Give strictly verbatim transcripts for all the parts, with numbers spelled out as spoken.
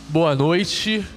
Boa noite,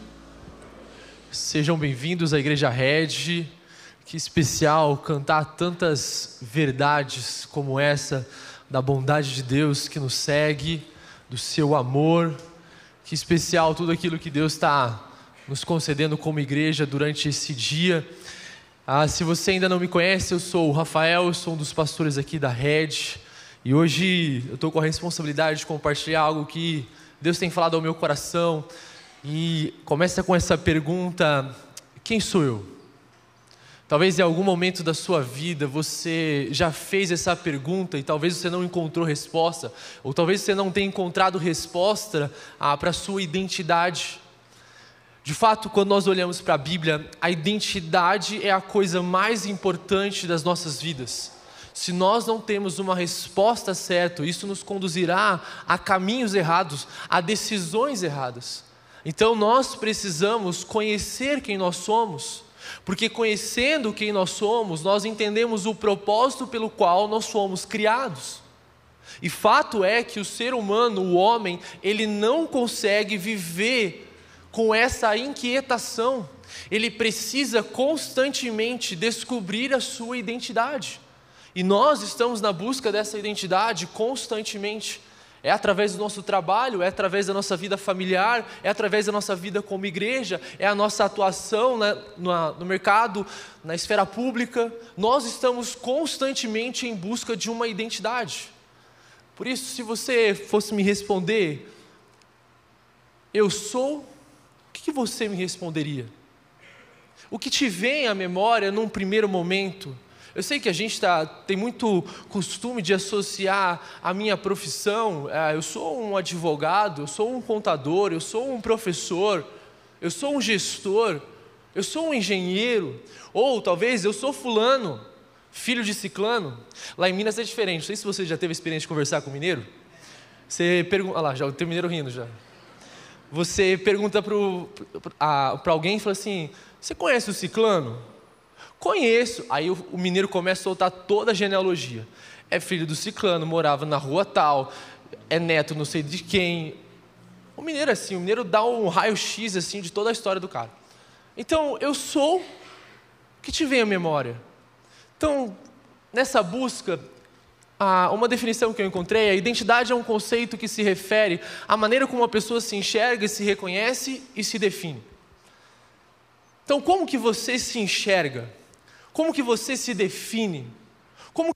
sejam bem-vindos à Igreja Red. Que especial cantar tantas verdades como essa, da bondade de Deus que nos segue, do seu amor. Que especial tudo aquilo que Deus está nos concedendo como igreja durante esse dia. Ah, se você ainda não me conhece, eu sou o Rafael, eu sou um dos pastores aqui da Red. E hoje eu estou com a responsabilidade de compartilhar algo que Deus tem falado ao meu coração. E começa com essa pergunta: quem sou eu? Talvez em algum momento da sua vida você já fez essa pergunta e talvez você não encontrou resposta, ou talvez você não tenha encontrado resposta ah, para a sua identidade. De fato, quando nós olhamos para a Bíblia, a identidade é a coisa mais importante das nossas vidas. Se nós não temos uma resposta certa, isso nos conduzirá a caminhos errados, a decisões erradas. Então nós precisamos conhecer quem nós somos, porque conhecendo quem nós somos, nós entendemos o propósito pelo qual nós fomos criados. E fato é que o ser humano, o homem, ele não consegue viver com essa inquietação. Ele precisa constantemente descobrir a sua identidade. E nós estamos na busca dessa identidade constantemente. É através do nosso trabalho, é através da nossa vida familiar, é através da nossa vida como igreja, é a nossa atuação na, no, no mercado, na esfera pública. Nós estamos constantemente em busca de uma identidade. Por isso, se você fosse me responder, eu sou, o que você me responderia? O que te vem à memória num primeiro momento? Eu sei que a gente tá, tem muito costume de associar a minha profissão, ah, eu sou um advogado, eu sou um contador, eu sou um professor, eu sou um gestor, eu sou um engenheiro, ou talvez eu sou fulano, filho de ciclano. Lá em Minas é diferente, não sei se você já teve a experiência de conversar com mineiro. Você pergunta, olha lá, já tem mineiro rindo já. Você pergunta para alguém e fala assim: você conhece o ciclano? Conheço. Aí o, o mineiro começa a soltar toda a genealogia. É filho do ciclano, morava na rua tal, é neto não sei de quem. O mineiro é assim, o mineiro dá um raio-x assim, de toda a história do cara. Então, eu sou o que te vem à memória. Então, nessa busca, ah, uma definição que eu encontrei: a identidade é um conceito que se refere à maneira como uma pessoa se enxerga, se reconhece e se define. Então, como que você se enxerga? Como que você se define? Como,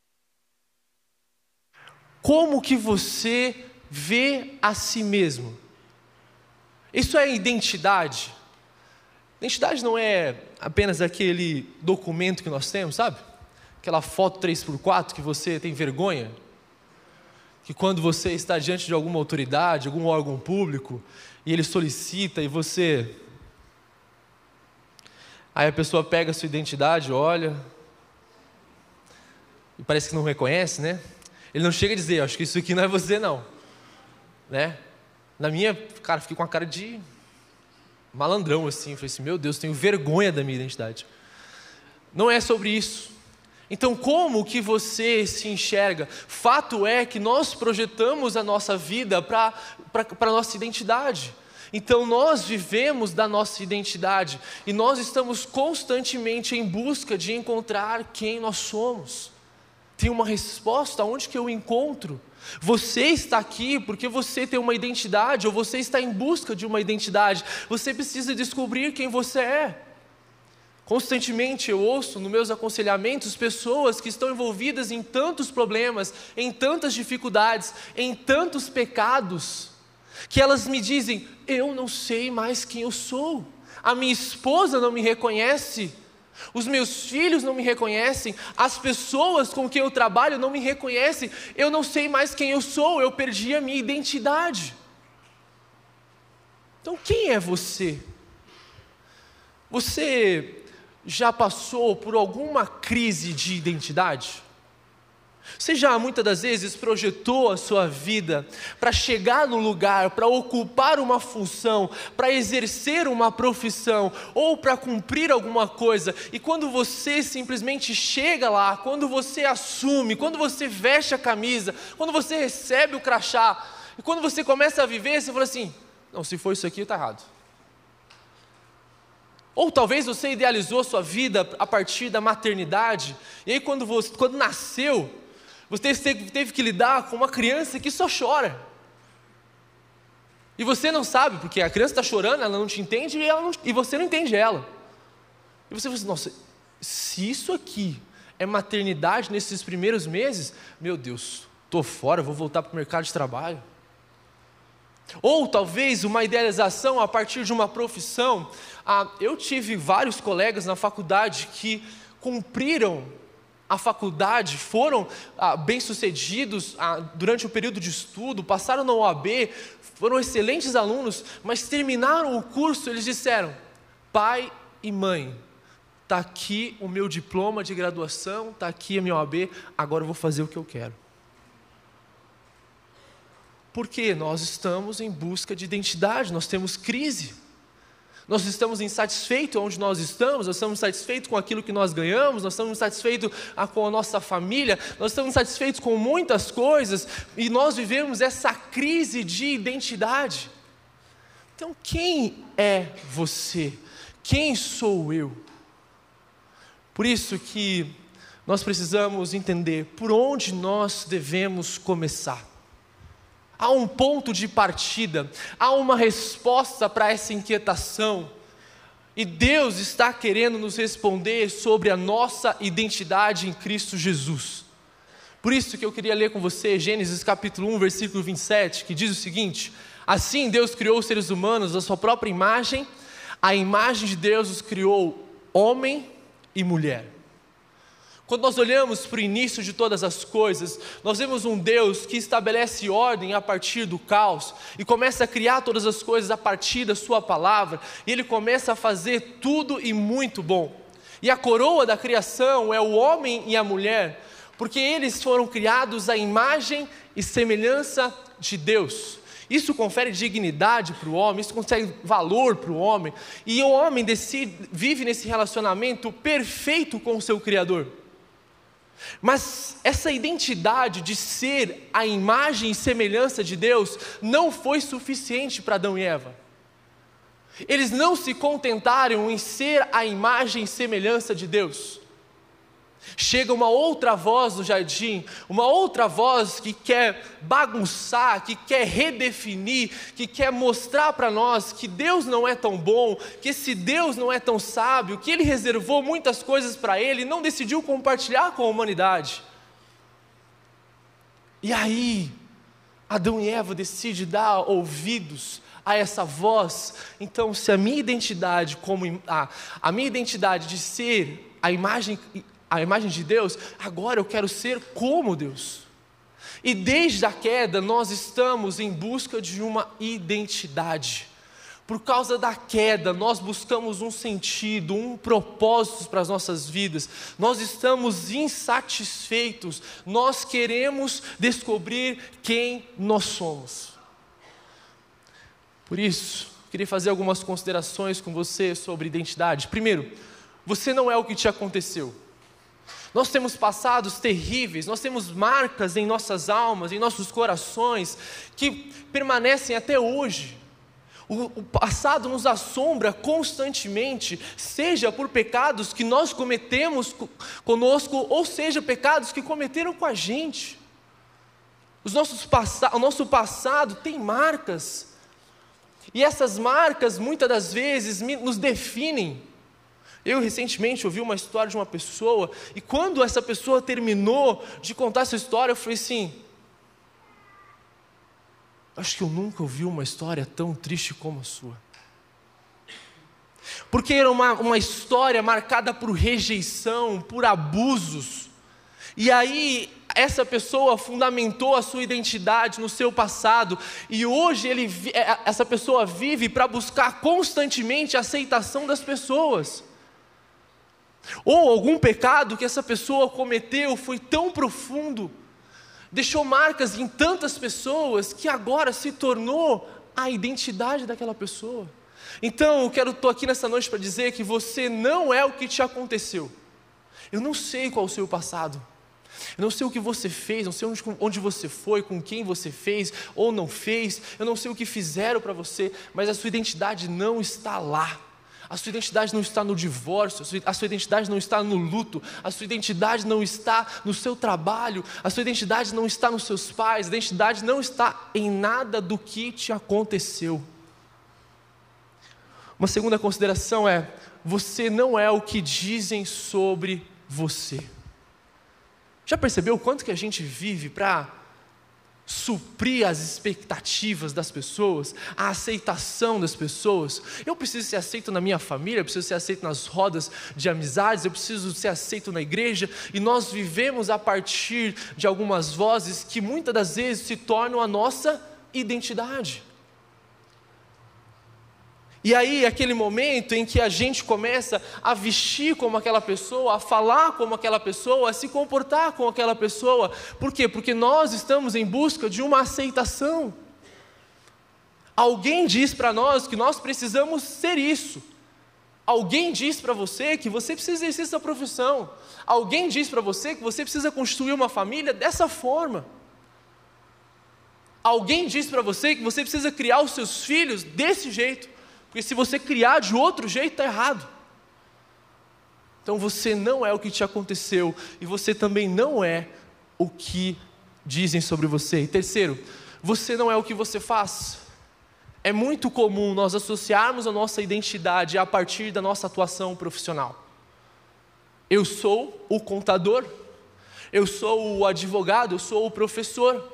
como que você vê a si mesmo? Isso é identidade? Identidade não é apenas aquele documento que nós temos, sabe? Aquela foto três por quatro que você tem vergonha. Que quando você está diante de alguma autoridade, algum órgão público, e ele solicita e você... Aí a pessoa pega a sua identidade, olha, e parece que não reconhece, né? Ele não chega a dizer: acho que isso aqui não é você não, né? Na minha, cara, fiquei com a cara de malandrão assim, falei assim: meu Deus, tenho vergonha da minha identidade. Não é sobre isso. Então, como que você se enxerga? Fato é que nós projetamos a nossa vida para a nossa identidade. Então nós vivemos da nossa identidade e nós estamos constantemente em busca de encontrar quem nós somos. Tem uma resposta: onde que eu encontro? Você está aqui porque você tem uma identidade, ou você está em busca de uma identidade. Você precisa descobrir quem você é. Constantemente eu ouço nos meus aconselhamentos pessoas que estão envolvidas em tantos problemas, em tantas dificuldades, em tantos pecados, que elas me dizem: eu não sei mais quem eu sou, a minha esposa não me reconhece, os meus filhos não me reconhecem, as pessoas com quem eu trabalho não me reconhecem, eu não sei mais quem eu sou, eu perdi a minha identidade. Então quem é você? Você já passou por alguma crise de identidade? Você já muitas das vezes projetou a sua vida para chegar no lugar, para ocupar uma função, para exercer uma profissão ou para cumprir alguma coisa, e quando você simplesmente chega lá, quando você assume, quando você veste a camisa, quando você recebe o crachá, e quando você começa a viver, você fala assim: Não, se for isso aqui, está errado. Ou talvez você idealizou a sua vida a partir da maternidade, e aí quando, você, quando nasceu, você teve, teve que lidar com uma criança que só chora. E você não sabe, porque a criança está chorando, ela não te entende e, ela não, e você não entende ela. E você fala assim, nossa, se isso aqui é maternidade nesses primeiros meses, meu Deus, estou fora, vou voltar para o mercado de trabalho. Ou talvez uma idealização a partir de uma profissão. Ah, eu tive vários colegas na faculdade que cumpriram a faculdade, foram ah, bem-sucedidos ah, durante o período de estudo, passaram na O A B, foram excelentes alunos, mas terminaram o curso, eles disseram, pai e mãe, está aqui o meu diploma de graduação, está aqui a minha O A B, agora eu vou fazer o que eu quero. Porque nós estamos em busca de identidade, nós temos crise. Nós estamos insatisfeitos onde nós estamos, nós estamos satisfeitos com aquilo que nós ganhamos, nós estamos satisfeitos com a nossa família, nós estamos satisfeitos com muitas coisas e nós vivemos essa crise de identidade. Então, quem é você? Quem sou eu? Por isso que nós precisamos entender por onde nós devemos começar. Há um ponto de partida, há uma resposta para essa inquietação. E Deus está querendo nos responder sobre a nossa identidade em Cristo Jesus. Por isso que eu queria ler com você Gênesis capítulo um, versículo vinte e sete, que diz o seguinte: assim Deus criou os seres humanos à sua própria imagem, a imagem de Deus os criou homem e mulher. Quando nós olhamos para o início de todas as coisas, nós vemos um Deus que estabelece ordem a partir do caos e começa a criar todas as coisas a partir da sua palavra, e Ele começa a fazer tudo e muito bom. E a coroa da criação é o homem e a mulher, porque eles foram criados à imagem e semelhança de Deus. Isso confere dignidade para o homem, isso confere valor para o homem, e o homem decide, vive nesse relacionamento perfeito com o seu Criador. Mas essa identidade de ser a imagem e semelhança de Deus não foi suficiente para Adão e Eva. Eles não se contentaram em ser a imagem e semelhança de Deus. Chega uma outra voz do jardim, uma outra voz que quer bagunçar, que quer redefinir, que quer mostrar para nós que Deus não é tão bom, que esse Deus não é tão sábio, que Ele reservou muitas coisas para Ele e não decidiu compartilhar com a humanidade. E aí, Adão e Eva decidem dar ouvidos a essa voz. Então, se a minha identidade, como a, a minha identidade de ser a imagem a imagem de Deus, agora eu quero ser como Deus. E desde a queda nós estamos em busca de uma identidade. Por causa da queda nós buscamos um sentido, um propósito para as nossas vidas. Nós estamos insatisfeitos, nós queremos descobrir quem nós somos. Por isso, eu queria fazer algumas considerações com você sobre identidade. Primeiro, você não é o que te aconteceu. Nós temos passados terríveis, nós temos marcas em nossas almas, em nossos corações, que permanecem até hoje. O, o passado nos assombra constantemente, seja por pecados que nós cometemos conosco, ou seja, pecados que cometeram com a gente. Os nossos passa, o nosso passado tem marcas, e essas marcas muitas das vezes nos definem. Eu recentemente ouvi uma história de uma pessoa, e quando essa pessoa terminou de contar essa história, eu falei assim, acho que eu nunca ouvi uma história tão triste como a sua. Porque era uma, uma história marcada por rejeição, por abusos, e aí essa pessoa fundamentou a sua identidade no seu passado, e hoje ele, essa pessoa vive para buscar constantemente a aceitação das pessoas. Ou algum pecado que essa pessoa cometeu foi tão profundo, deixou marcas em tantas pessoas, que agora se tornou a identidade daquela pessoa. Então eu quero, estou aqui nessa noite para dizer que você não é o que te aconteceu. Eu não sei qual é o seu passado, Eu não sei o que você fez, não sei onde, onde você foi, com quem você fez ou não fez. Eu não sei o que fizeram para você, mas a sua identidade não está lá. A sua identidade não está no divórcio, a sua, a sua identidade não está no luto, a sua identidade não está no seu trabalho, a sua identidade não está nos seus pais, a identidade não está em nada do que te aconteceu. Uma segunda consideração é: você não é o que dizem sobre você. Já percebeu o quanto que a gente vive para suprir as expectativas das pessoas, a aceitação das pessoas? Eu preciso ser aceito na minha família, eu preciso ser aceito nas rodas de amizades, eu preciso ser aceito na igreja, e nós vivemos a partir de algumas vozes que muitas das vezes se tornam a nossa identidade. E aí, aquele momento em que a gente começa a vestir como aquela pessoa, a falar como aquela pessoa, a se comportar como aquela pessoa. Por quê? Porque nós estamos em busca de uma aceitação. Alguém diz para nós que nós precisamos ser isso. Alguém diz para você que você precisa exercer essa profissão. Alguém diz para você que você precisa constituir uma família dessa forma. Alguém diz para você que você precisa criar os seus filhos desse jeito. Porque se você criar de outro jeito, está errado. Então você não é o que te aconteceu, e você também não é o que dizem sobre você. E terceiro, você não é o que você faz. É muito comum nós associarmos a nossa identidade a partir da nossa atuação profissional. Eu sou o contador, eu sou o advogado, eu sou o professor.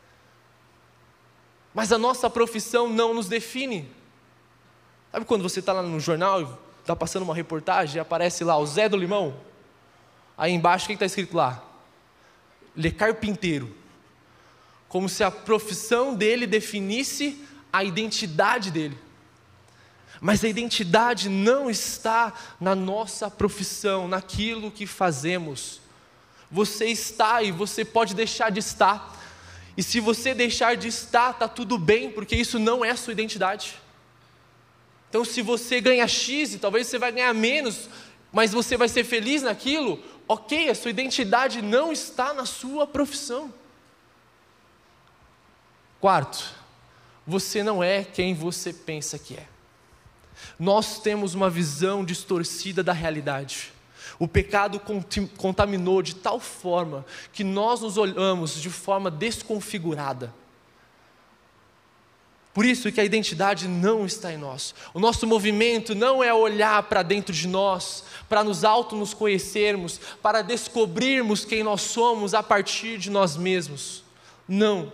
Mas a nossa profissão não nos define. Sabe quando você está lá no jornal e está passando uma reportagem e aparece lá o Zé do Limão? Aí embaixo o que está escrito lá? Ele é carpinteiro. Como se a profissão dele definisse a identidade dele. Mas a identidade não está na nossa profissão, naquilo que fazemos. Você está e você pode deixar de estar. E se você deixar de estar, está tudo bem, porque isso não é a sua identidade. Então, se você ganha X, e talvez você vai ganhar menos, mas você vai ser feliz naquilo, ok, a sua identidade não está na sua profissão. Quarto, você não é quem você pensa que é. Nós temos uma visão distorcida da realidade. O pecado contaminou de tal forma que nós nos olhamos de forma desconfigurada. Por isso que a identidade não está em nós. O nosso movimento não é olhar para dentro de nós, para nos auto nos conhecermos, para descobrirmos quem nós somos a partir de nós mesmos. Não.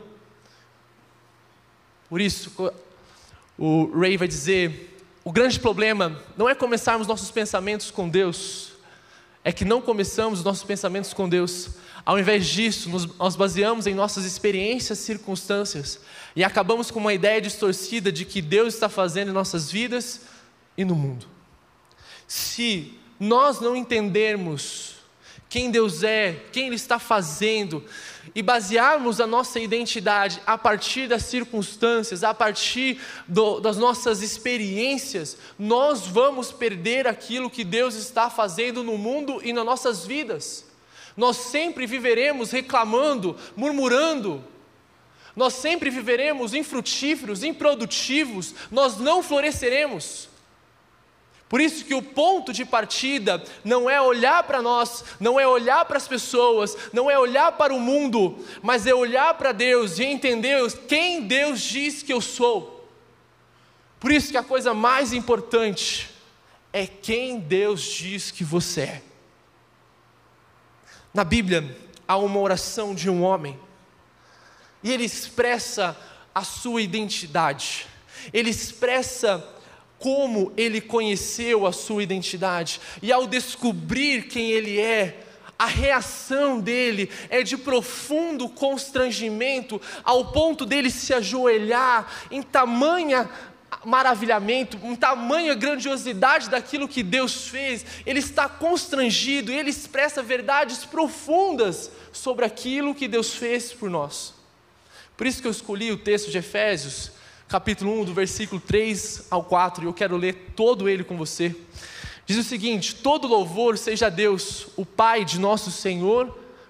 Por isso, o Ray vai dizer, o grande problema não é começarmos nossos pensamentos com Deus, é que não começamos os nossos pensamentos com Deus. Ao invés disso, nos, nós baseamos em nossas experiências, circunstâncias, e acabamos com uma ideia distorcida de que Deus está fazendo em nossas vidas e no mundo. Se nós não entendermos quem Deus é, quem Ele está fazendo, e basearmos a nossa identidade a partir das circunstâncias, a partir do, das nossas experiências, nós vamos perder aquilo que Deus está fazendo no mundo e nas nossas vidas. Nós sempre viveremos reclamando, murmurando, nós sempre viveremos infrutíferos, improdutivos, nós não floresceremos. Por isso que o ponto de partida não é olhar para nós, não é olhar para as pessoas, não é olhar para o mundo, mas é olhar para Deus e entender quem Deus diz que eu sou. Por isso que a coisa mais importante é quem Deus diz que você é. Na Bíblia há uma oração de um homem, e ele expressa a sua identidade, ele expressa como ele conheceu a sua identidade, e ao descobrir quem ele é, a reação dele é de profundo constrangimento, ao ponto dele se ajoelhar em tamanha maravilhamento, em tamanha grandiosidade daquilo que Deus fez. Ele está constrangido e ele expressa verdades profundas sobre aquilo que Deus fez por nós. Por isso que eu escolhi o texto de Efésios, capítulo um, do versículo três ao quatro, e eu quero ler todo ele com você. Diz o seguinte: todo louvor seja a Deus, o Pai de nosso Senhor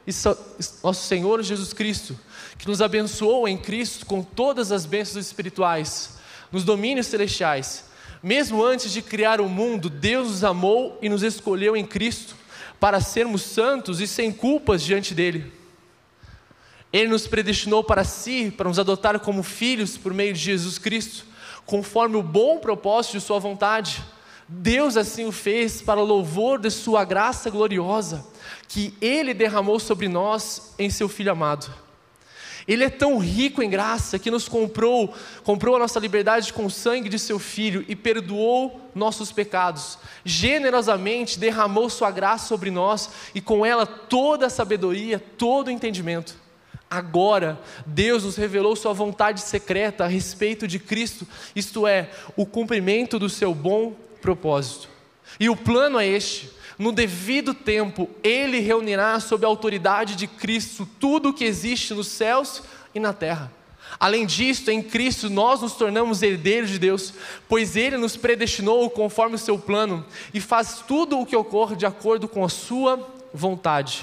e nosso Senhor Jesus Cristo, que nos abençoou em Cristo com todas as bênçãos espirituais, nos domínios celestiais. Mesmo antes de criar o mundo, Deus nos amou e nos escolheu em Cristo para sermos santos e sem culpas diante dele. Ele nos predestinou para si, para nos adotar como filhos por meio de Jesus Cristo, conforme o bom propósito de sua vontade. Deus assim o fez para louvor de sua graça gloriosa, que Ele derramou sobre nós em seu Filho amado. Ele é tão rico em graça que nos comprou, comprou a nossa liberdade com o sangue de seu Filho e perdoou nossos pecados. Generosamente derramou sua graça sobre nós e com ela toda a sabedoria, todo o entendimento. Agora, Deus nos revelou sua vontade secreta a respeito de Cristo, isto é, o cumprimento do seu bom propósito. E o plano é este: no devido tempo, Ele reunirá sob a autoridade de Cristo tudo o que existe nos céus e na terra. Além disto, em Cristo nós nos tornamos herdeiros de Deus, pois Ele nos predestinou conforme o seu plano e faz tudo o que ocorre de acordo com a sua vontade.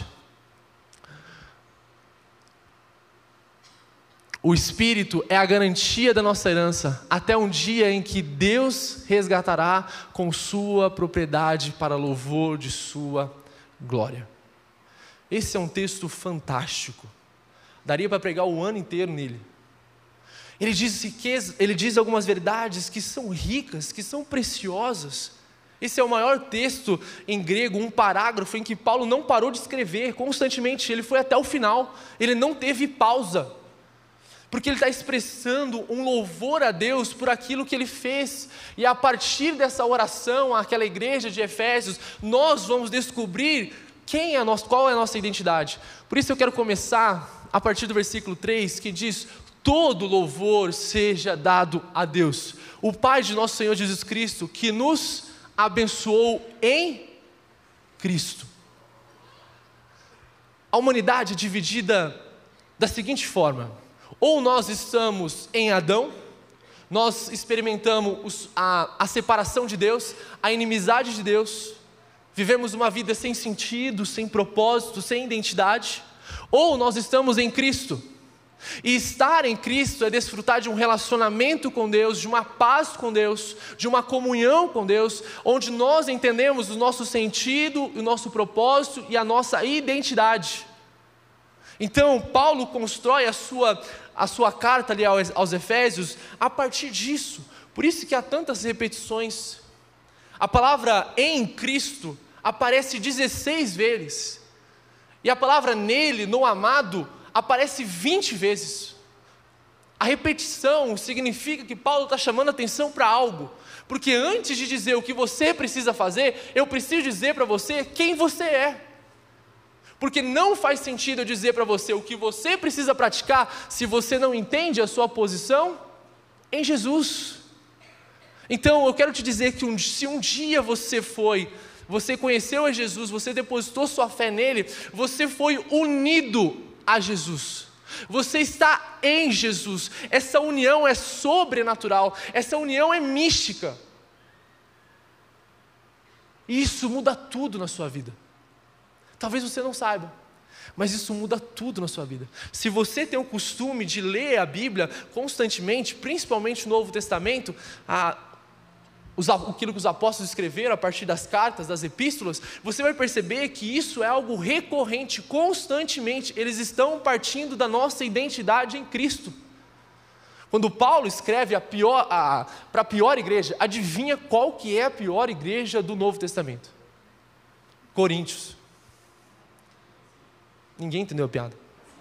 O Espírito é a garantia da nossa herança, até um dia em que Deus resgatará com sua propriedade para louvor de sua glória. Esse é um texto fantástico, daria para pregar o ano inteiro nele. Ele diz, que, ele diz algumas verdades que são ricas, que são preciosas. Esse é o maior texto em grego, um parágrafo em que Paulo não parou de escrever constantemente, ele foi até o final, ele não teve pausa. Porque ele está expressando um louvor a Deus por aquilo que ele fez. E a partir dessa oração àquela igreja de Efésios, nós vamos descobrir quem é a nossa, qual é a nossa identidade. Por isso eu quero começar a partir do versículo três, que diz: todo louvor seja dado a Deus, o Pai de nosso Senhor Jesus Cristo, que nos abençoou em Cristo. A humanidade é dividida da seguinte forma: ou nós estamos em Adão, nós experimentamos a, a separação de Deus, a inimizade de Deus, vivemos uma vida sem sentido, sem propósito, sem identidade. Ou nós estamos em Cristo, e estar em Cristo é desfrutar de um relacionamento com Deus, de uma paz com Deus, de uma comunhão com Deus, onde nós entendemos o nosso sentido, o nosso propósito e a nossa identidade. Então Paulo constrói a sua, a sua carta ali aos, aos Efésios a partir disso. Por isso que há tantas repetições. A palavra em Cristo aparece dezesseis vezes, e a palavra nele, no amado, aparece vinte vezes. A repetição significa que Paulo está chamando a atenção para algo, porque antes de dizer o que você precisa fazer, eu preciso dizer para você quem você é. Porque não faz sentido eu dizer para você o que você precisa praticar se você não entende a sua posição em Jesus. Então eu quero te dizer que um, se um dia você foi, você conheceu a Jesus, você depositou sua fé nele, você foi unido a Jesus. Você está em Jesus. Essa união é sobrenatural, essa união é mística. E isso muda tudo na sua vida. Talvez você não saiba, mas isso muda tudo na sua vida. Se você tem o costume de ler a Bíblia constantemente, principalmente o Novo Testamento, a, os, aquilo que os apóstolos escreveram a partir das cartas, das epístolas, você vai perceber que isso é algo recorrente, constantemente. Eles estão partindo da nossa identidade em Cristo. Quando Paulo escreve para a pior igreja, adivinha qual que é a pior igreja do Novo Testamento? Coríntios. Ninguém entendeu a piada.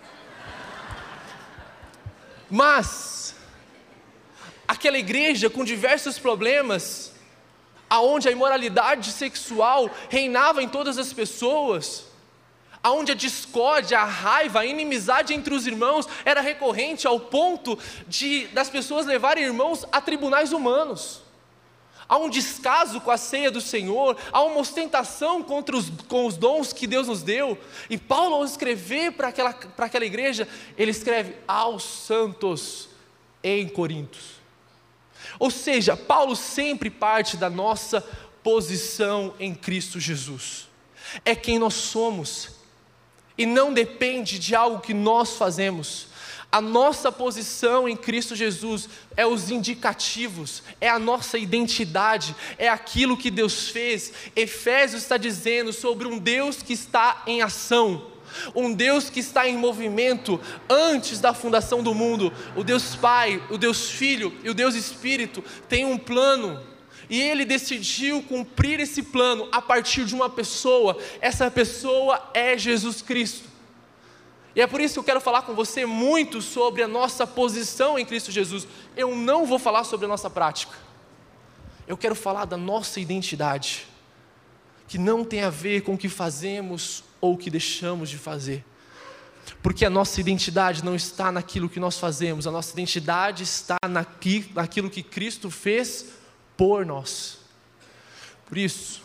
Mas aquela igreja com diversos problemas, aonde a imoralidade sexual reinava em todas as pessoas, aonde a discórdia, a raiva, a inimizade entre os irmãos era recorrente ao ponto de das pessoas levarem irmãos a tribunais humanos. Há um descaso com a ceia do Senhor, há uma ostentação contra os, com os dons que Deus nos deu. E Paulo, ao escrever para aquela, para aquela igreja, ele escreve aos santos em Corintos. Ou seja, Paulo sempre parte da nossa posição em Cristo Jesus. É quem nós somos. e não depende de algo que nós fazemos. A nossa posição em Cristo Jesus é os indicativos, é a nossa identidade, é aquilo que Deus fez. Efésios está dizendo sobre um Deus que está em ação, um Deus que está em movimento antes da fundação do mundo. O Deus Pai, o Deus Filho e o Deus Espírito têm um plano, e Ele decidiu cumprir esse plano a partir de uma pessoa. Essa pessoa é Jesus Cristo. E é por isso que eu quero falar com você muito sobre a nossa posição em Cristo Jesus. Eu não vou falar sobre a nossa prática. Eu quero falar da nossa identidade, que não tem a ver com o que fazemos ou o que deixamos de fazer. Porque a nossa identidade não está naquilo que nós fazemos, a nossa identidade está naqui, naquilo que Cristo fez por nós. Por isso,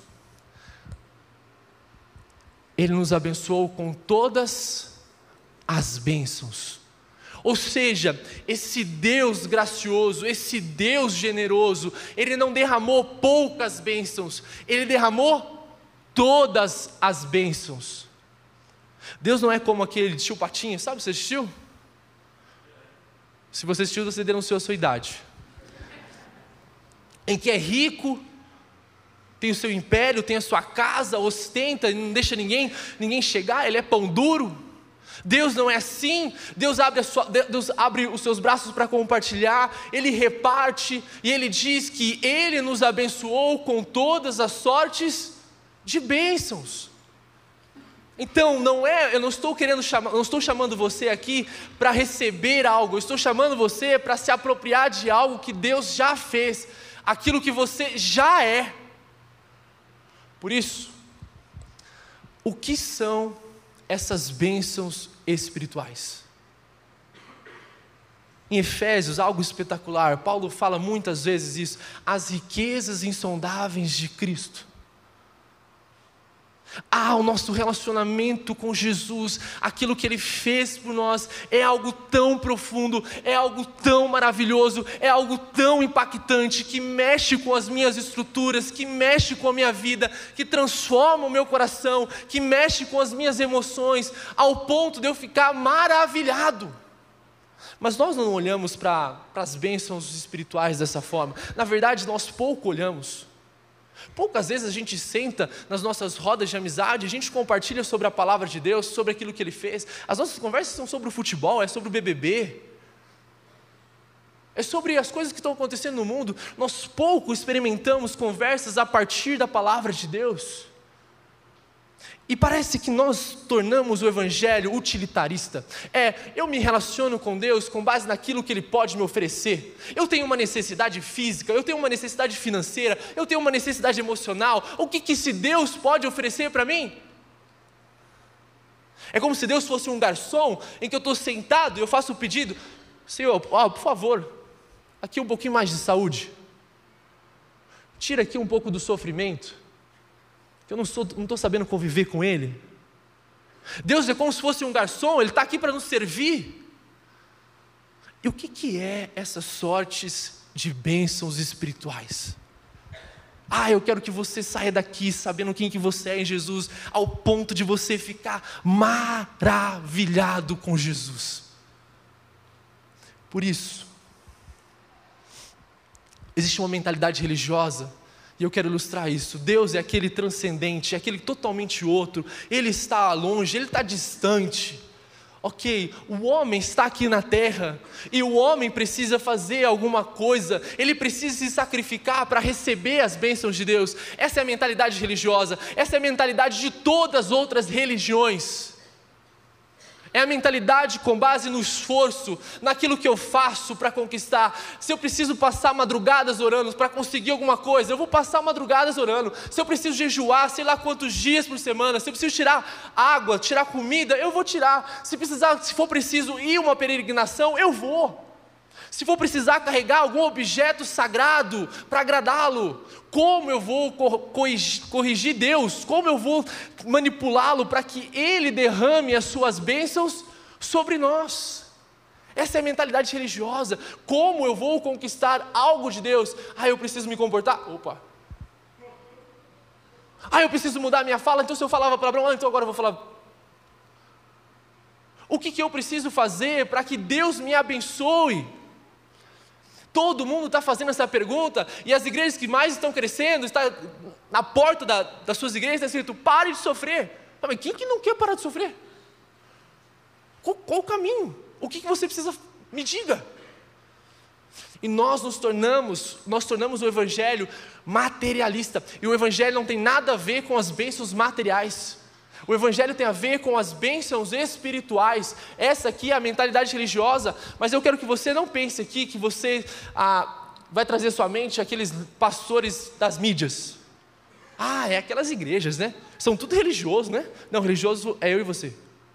Ele nos abençoou com todas as bênçãos. Ou seja, esse Deus gracioso, esse Deus generoso, Ele não derramou poucas bênçãos, Ele derramou todas as bênçãos. Deus não é como aquele tio Patinho, sabe, você assistiu? Se você assistiu, você denunciou a sua idade. Em que é rico, tem o seu império, tem a sua casa, ostenta, não deixa ninguém, ninguém chegar, ele é pão duro. Deus não é assim. Deus abre, a sua, Deus abre os seus braços para compartilhar, Ele reparte, e Ele diz que Ele nos abençoou com todas as sortes de bênçãos. Então, não é, eu não estou querendo chamar, não estou chamando você aqui para receber algo, eu estou chamando você para se apropriar de algo que Deus já fez, aquilo que você já é. Por isso, o que são essas bênçãos espirituais? Em Efésios, algo espetacular, Paulo fala muitas vezes isso, as riquezas insondáveis de Cristo. Ah, o nosso relacionamento com Jesus, aquilo que Ele fez por nós, é algo tão profundo, é algo tão maravilhoso, é algo tão impactante, que mexe com as minhas estruturas, que mexe com a minha vida, que transforma o meu coração, que mexe com as minhas emoções, ao ponto de eu ficar maravilhado. Mas nós não olhamos para as bênçãos espirituais dessa forma. Na verdade, nós pouco olhamos. Poucas vezes a gente senta nas nossas rodas de amizade, a gente compartilha sobre a palavra de Deus, sobre aquilo que Ele fez. As nossas conversas são sobre o futebol, é sobre o B B B, é sobre as coisas que estão acontecendo no mundo. Nós pouco experimentamos conversas a partir da palavra de Deus. E parece que nós tornamos o evangelho utilitarista. É, eu me relaciono com Deus com base naquilo que Ele pode me oferecer. Eu tenho uma necessidade física, eu tenho uma necessidade financeira, eu tenho uma necessidade emocional. O que que esse Deus pode oferecer para mim? É como se Deus fosse um garçom, em que eu estou sentado e eu faço o pedido: Senhor, oh, por favor, aqui um pouquinho mais de saúde. Tira aqui um pouco do sofrimento. Eu não estou não estou sabendo conviver com Ele. Deus é como se fosse um garçom, Ele está aqui para nos servir. E o que, que é essas sortes de bênçãos espirituais? Ah, eu quero que você saia daqui sabendo quem que você é em Jesus, ao ponto de você ficar maravilhado com Jesus. Por isso, existe uma mentalidade religiosa, e eu quero ilustrar isso. Deus é aquele transcendente, é aquele totalmente outro. Ele está longe, Ele está distante. Ok, o homem está aqui na terra, e o homem precisa fazer alguma coisa, ele precisa se sacrificar para receber as bênçãos de Deus. Essa é a mentalidade religiosa, essa é a mentalidade de todas as outras religiões. É a mentalidade com base no esforço, naquilo que eu faço para conquistar. Se eu preciso passar madrugadas orando para conseguir alguma coisa, eu vou passar madrugadas orando. Se eu preciso jejuar, sei lá quantos dias por semana, se eu preciso tirar água, tirar comida, eu vou tirar. Se precisar, se for preciso ir uma peregrinação, eu vou. Se for precisar carregar algum objeto sagrado para agradá-lo, como eu vou corrigir Deus? Como eu vou manipulá-lo para que Ele derrame as suas bênçãos sobre nós? Essa é a mentalidade religiosa. Como eu vou conquistar algo de Deus? Ah, eu preciso me comportar? Opa! Ah, eu preciso mudar a minha fala, então se eu falava palavrão, ah, então agora eu vou falar... O que, que eu preciso fazer para que Deus me abençoe? Todo mundo está fazendo essa pergunta, e as igrejas que mais estão crescendo, está na porta da, das suas igrejas, está escrito, pare de sofrer. Mas quem que não quer parar de sofrer? Qual, qual o caminho? O que, que você precisa? Me diga. E nós nos tornamos, nós tornamos o evangelho materialista, e o evangelho não tem nada a ver com as bênçãos materiais. O evangelho tem a ver com as bênçãos espirituais. Essa aqui é a mentalidade religiosa, mas eu quero que você não pense aqui que você ah, vai trazer à sua mente aqueles pastores das mídias. Ah, é aquelas igrejas, né? São tudo religioso, né? Não, religioso é eu e você.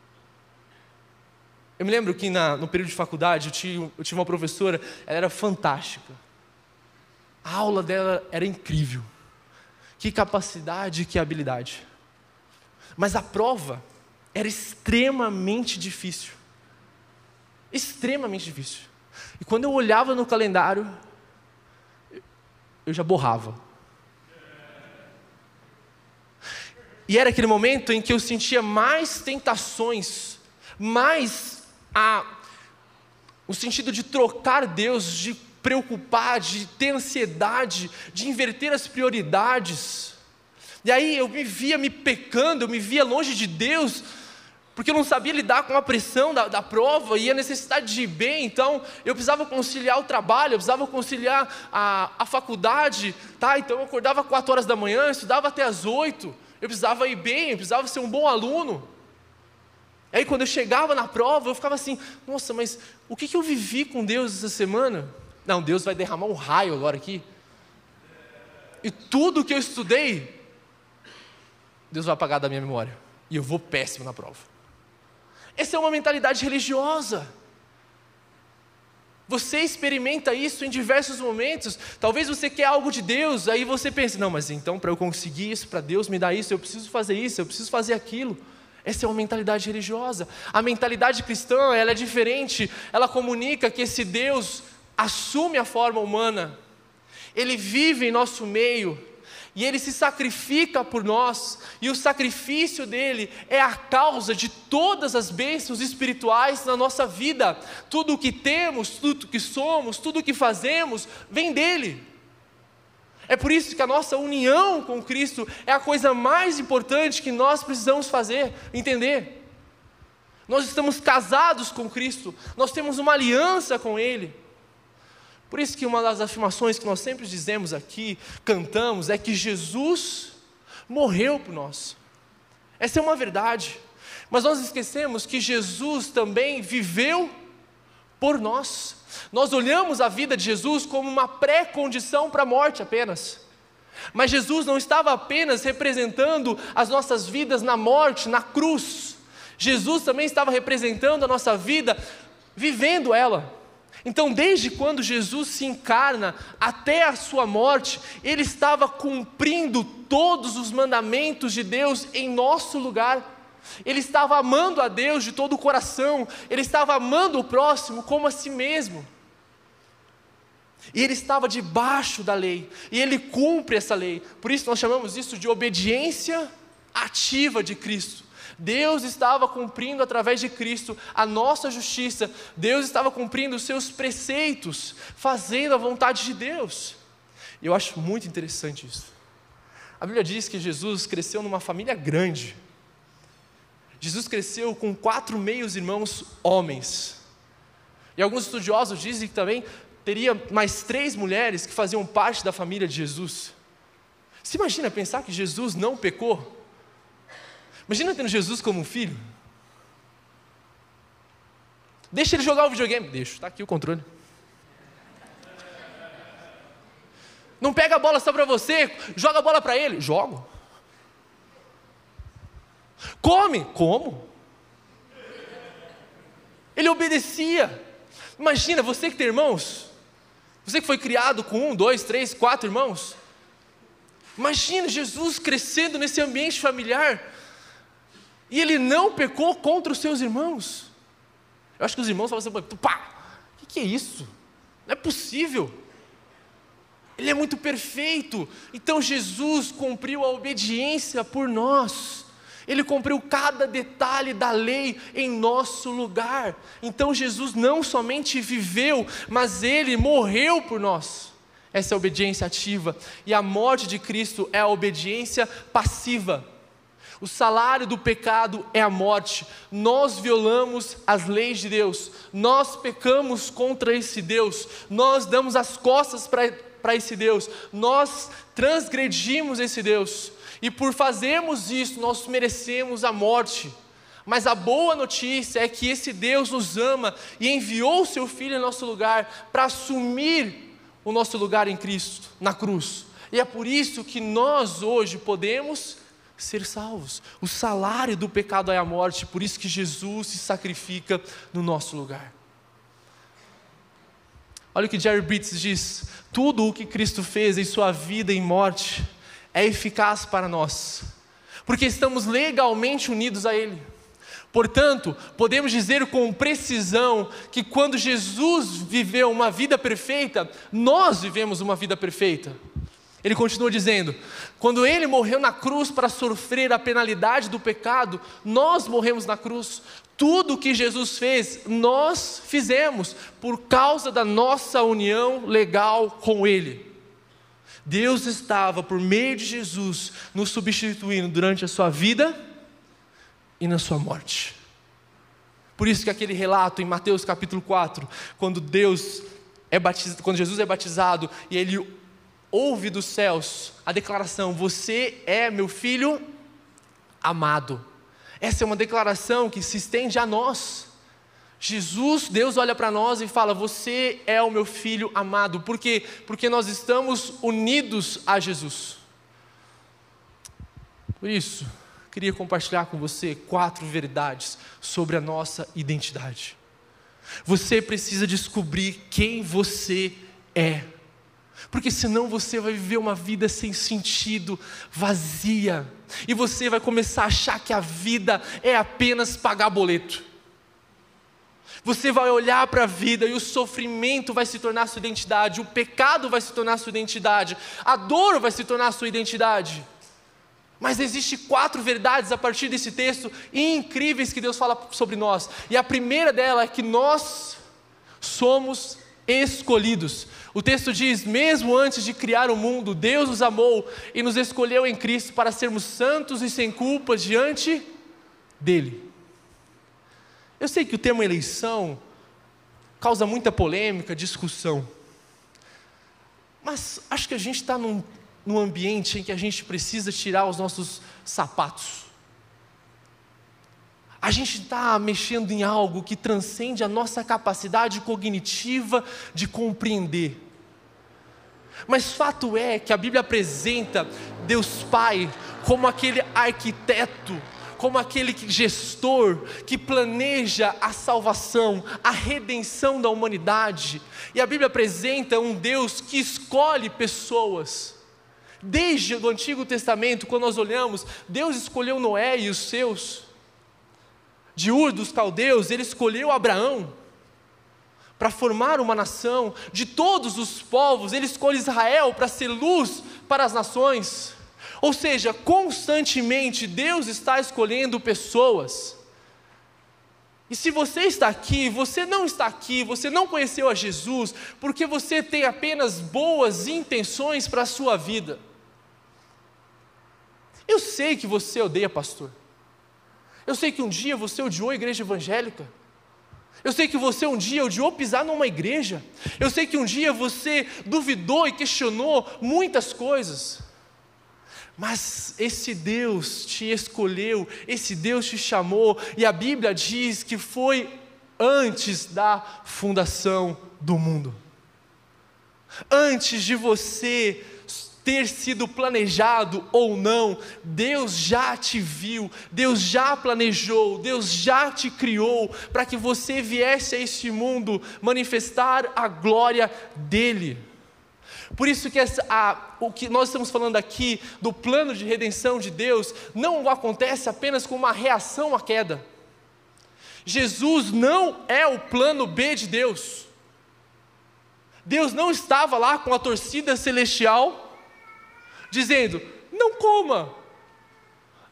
Eu me lembro que na, no período de faculdade eu tive, eu tive uma professora, ela era fantástica. A aula dela era incrível. Que capacidade, que habilidade. Mas a prova era extremamente difícil. Extremamente difícil. E quando eu olhava no calendário, eu já borrava. E era aquele momento em que eu sentia mais tentações, mais a, o sentido de trocar Deus, de preocupar, de ter ansiedade, de inverter as prioridades. E aí eu me via me pecando, eu me via longe de Deus, porque eu não sabia lidar com a pressão da, da prova e a necessidade de ir bem. Então eu precisava conciliar o trabalho, eu precisava conciliar a, a faculdade, tá? Então eu acordava às quatro horas da manhã, estudava até às oito, eu precisava ir bem, eu precisava ser um bom aluno. Aí quando eu chegava na prova, eu ficava assim, nossa, mas o que, que eu vivi com Deus essa semana? Não, Deus vai derramar um raio agora aqui, e tudo que eu estudei, Deus vai apagar da minha memória, e eu vou péssimo na prova. Essa é uma mentalidade religiosa. Você experimenta isso em diversos momentos. Talvez você quer algo de Deus, aí você pensa, não, mas então para eu conseguir isso, para Deus me dar isso, eu preciso fazer isso, eu preciso fazer aquilo. Essa é uma mentalidade religiosa. A mentalidade cristã, ela é diferente. Ela comunica que esse Deus assume a forma humana, Ele vive em nosso meio, e Ele se sacrifica por nós, e o sacrifício dEle é a causa de todas as bênçãos espirituais na nossa vida. Tudo o que temos, tudo o que somos, tudo o que fazemos, vem dEle. É por isso que a nossa união com Cristo é a coisa mais importante que nós precisamos fazer, entender. Nós estamos casados com Cristo, nós temos uma aliança com Ele. Por isso que uma das afirmações que nós sempre dizemos aqui, cantamos, é que Jesus morreu por nós. Essa é uma verdade. Mas nós esquecemos que Jesus também viveu por nós. Nós olhamos a vida de Jesus como uma pré-condição para a morte apenas. Mas Jesus não estava apenas representando as nossas vidas na morte, na cruz. Jesus também estava representando a nossa vida, vivendo ela. Então, desde quando Jesus se encarna até a sua morte, Ele estava cumprindo todos os mandamentos de Deus em nosso lugar. Ele estava amando a Deus de todo o coração, Ele estava amando o próximo como a si mesmo. E Ele estava debaixo da lei, e Ele cumpre essa lei. Por isso nós chamamos isso de obediência ativa de Cristo. Deus estava cumprindo através de Cristo a nossa justiça. Deus estava cumprindo os seus preceitos, fazendo a vontade de Deus. E eu acho muito interessante isso. A Bíblia diz que Jesus cresceu numa família grande. Jesus cresceu com quatro meios irmãos homens. E alguns estudiosos dizem que também teria mais três mulheres que faziam parte da família de Jesus. Você imagina pensar que Jesus não pecou? Imagina tendo Jesus como um filho. Deixa ele jogar o videogame. Deixa, está aqui o controle. Não pega a bola só para você, joga a bola para ele. Jogo. Come. Como? Ele obedecia. Imagina, você que tem irmãos, você que foi criado com um, dois, três, quatro irmãos. Imagina Jesus crescendo nesse ambiente familiar, e Ele não pecou contra os seus irmãos. Eu acho que os irmãos falam assim, pá, o que, que é isso? Não é possível. Ele é muito perfeito. Então Jesus cumpriu a obediência por nós. Ele cumpriu cada detalhe da lei em nosso lugar. Então Jesus não somente viveu, mas Ele morreu por nós. Essa é a obediência ativa. E a morte de Cristo é a obediência passiva. O salário do pecado é a morte. Nós violamos as leis de Deus. Nós pecamos contra esse Deus. Nós damos as costas para esse Deus. Nós transgredimos esse Deus. E por fazermos isso, nós merecemos a morte. Mas a boa notícia é que esse Deus nos ama e enviou o seu Filho em nosso lugar para assumir o nosso lugar em Cristo, na cruz. E é por isso que nós hoje podemos ser salvos. O salário do pecado é a morte, por isso que Jesus se sacrifica no nosso lugar. Olha o que Jerry Bridges diz: tudo o que Cristo fez em sua vida e morte é eficaz para nós, porque estamos legalmente unidos a Ele. Portanto, podemos dizer com precisão que quando Jesus viveu uma vida perfeita, nós vivemos uma vida perfeita. Ele continua dizendo: quando Ele morreu na cruz para sofrer a penalidade do pecado, nós morremos na cruz. Tudo o que Jesus fez, nós fizemos, por causa da nossa união legal com Ele. Deus estava, por meio de Jesus, nos substituindo durante a sua vida e na sua morte. Por isso que aquele relato em Mateus capítulo quatro, quando Deus é batizado, quando Jesus é batizado e Ele ouve dos céus a declaração: você é meu filho amado. Essa é uma declaração que se estende a nós. Jesus, Deus olha para nós e fala: você é o meu filho amado. Por quê? Porque nós estamos unidos a Jesus. Por isso, queria compartilhar com você quatro verdades sobre a nossa identidade. Você precisa descobrir quem você é, porque senão você vai viver uma vida sem sentido, vazia, e você vai começar a achar que a vida é apenas pagar boleto. Você vai olhar para a vida e o sofrimento vai se tornar sua identidade, o pecado vai se tornar sua identidade, a dor vai se tornar sua identidade. Mas existem quatro verdades a partir desse texto incríveis que Deus fala sobre nós. E a primeira dela é que nós somos escolhidos. O texto diz: mesmo antes de criar o mundo, Deus nos amou e nos escolheu em Cristo para sermos santos e sem culpa diante dEle. Eu sei que o termo eleição causa muita polêmica, discussão, mas acho que a gente está num, num ambiente em que a gente precisa tirar os nossos sapatos. A gente está mexendo em algo que transcende a nossa capacidade cognitiva de compreender. Mas fato é que a Bíblia apresenta Deus Pai como aquele arquiteto, como aquele gestor que planeja a salvação, a redenção da humanidade. E a Bíblia apresenta um Deus que escolhe pessoas. Desde o Antigo Testamento, quando nós olhamos, Deus escolheu Noé e os seus. De Ur dos Caldeus, Ele escolheu Abraão para formar uma nação. De todos os povos, Ele escolhe Israel para ser luz para as nações. Ou seja, constantemente Deus está escolhendo pessoas. E se você está aqui, você não está aqui, você não conheceu a Jesus, porque você tem apenas boas intenções para a sua vida. Eu sei que você odeia pastor. Eu sei que um dia você odiou a igreja evangélica. Eu sei que você um dia odiou pisar numa igreja. Eu sei que um dia você duvidou e questionou muitas coisas. Mas esse Deus te escolheu, esse Deus te chamou, e a Bíblia diz que foi antes da fundação do mundo. Antes de você ter sido planejado ou não, Deus já te viu, Deus já planejou, Deus já te criou, para que você viesse a este mundo manifestar a glória dEle. Por isso que essa, a, o que nós estamos falando aqui, do plano de redenção de Deus, não acontece apenas com uma reação à queda. Jesus não é o plano B de Deus. Deus não estava lá com a torcida celestial, dizendo: não coma,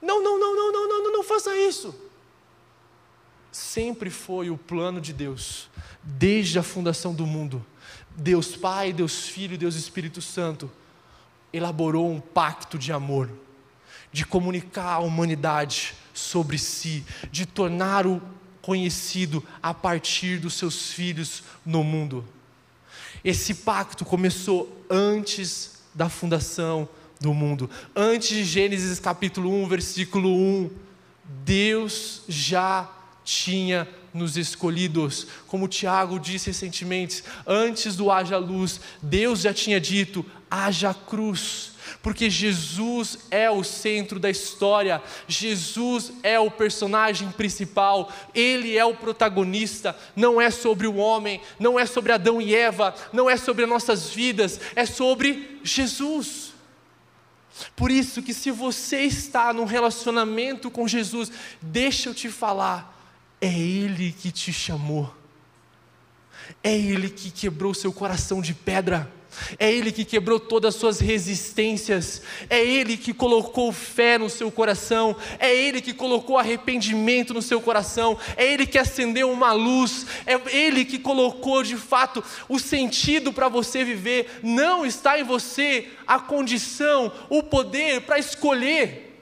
Não, não, não, não, não, não, não, não faça isso. Sempre foi o plano de Deus, desde a fundação do mundo. Deus Pai, Deus Filho, Deus Espírito Santo elaborou um pacto de amor, de comunicar a humanidade sobre si, de tornar-o conhecido a partir dos seus filhos no mundo. Esse pacto começou antes da fundação do mundo. Antes de Gênesis capítulo um, versículo um, Deus já tinha nos escolhidos. Como o Tiago disse recentemente, antes do haja luz, Deus já tinha dito, haja cruz. Porque Jesus é o centro da história, Jesus é o personagem principal, Ele é o protagonista, não é sobre o homem, não é sobre Adão e Eva, não é sobre as nossas vidas, é sobre Jesus. Por isso que se você está num relacionamento com Jesus, deixa eu te falar, é Ele que te chamou, é Ele que quebrou seu coração de pedra, é Ele que quebrou todas as suas resistências, é Ele que colocou fé no seu coração, é Ele que colocou arrependimento no seu coração, é Ele que acendeu uma luz, é Ele que colocou de fato o sentido para você viver. Não está em você a condição, o poder para escolher,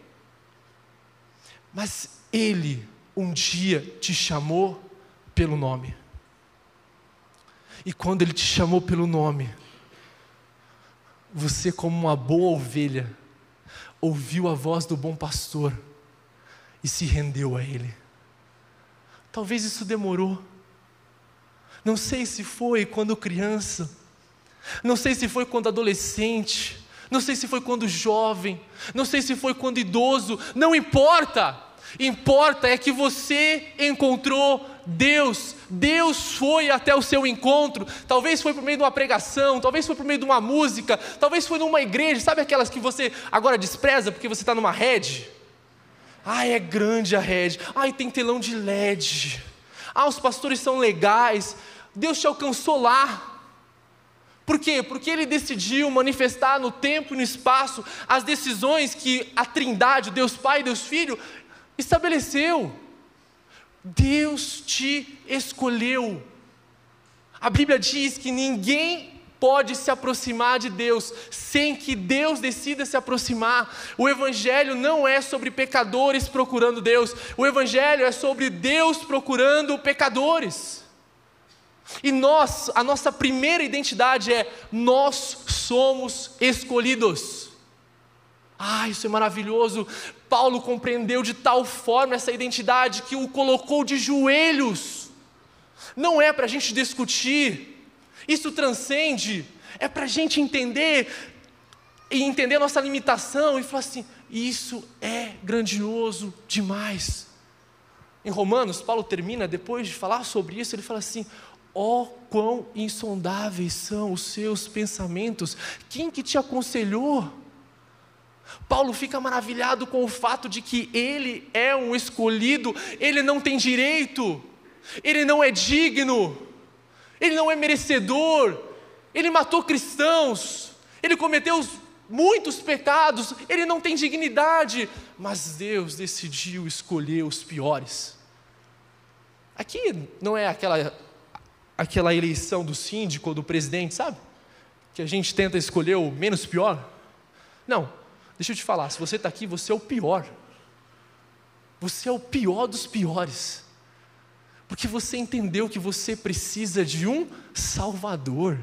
mas Ele um dia te chamou pelo nome, e quando Ele te chamou pelo nome, você, como uma boa ovelha, ouviu a voz do bom pastor e se rendeu a Ele. Talvez isso demorou, não sei se foi quando criança, não sei se foi quando adolescente, não sei se foi quando jovem, não sei se foi quando idoso, não importa, importa é que você encontrou Deus, Deus foi até o seu encontro. Talvez foi por meio de uma pregação, talvez foi por meio de uma música, talvez foi numa igreja, sabe aquelas que você agora despreza porque você está numa rede? Ai, é grande a rede, ai, tem telão de L E D, ah, os pastores são legais. Deus te alcançou lá. Por quê? Porque Ele decidiu manifestar no tempo e no espaço as decisões que a Trindade, Deus Pai e Deus Filho, estabeleceu. Deus te escolheu. A Bíblia diz que ninguém pode se aproximar de Deus sem que Deus decida se aproximar. O Evangelho não é sobre pecadores procurando Deus, o Evangelho é sobre Deus procurando pecadores. E nós, a nossa primeira identidade é: nós somos escolhidos. Ah, isso é maravilhoso. Paulo compreendeu de tal forma essa identidade que o colocou de joelhos. Não é para a gente discutir, isso transcende, é para a gente entender, e entender a nossa limitação, e falar assim, isso é grandioso demais. Em Romanos, Paulo termina, depois de falar sobre isso, ele fala assim, ó, quão insondáveis são os seus pensamentos, quem que te aconselhou? Paulo fica maravilhado com o fato de que ele é um escolhido, ele não tem direito, ele não é digno, ele não é merecedor, ele matou cristãos, ele cometeu muitos pecados, ele não tem dignidade, mas Deus decidiu escolher os piores. Aqui não é aquela, aquela eleição do síndico ou do presidente, sabe? Que a gente tenta escolher o menos pior. Não. Deixa eu te falar, se você está aqui, você é o pior. Você é o pior dos piores. Porque você entendeu que você precisa de um Salvador.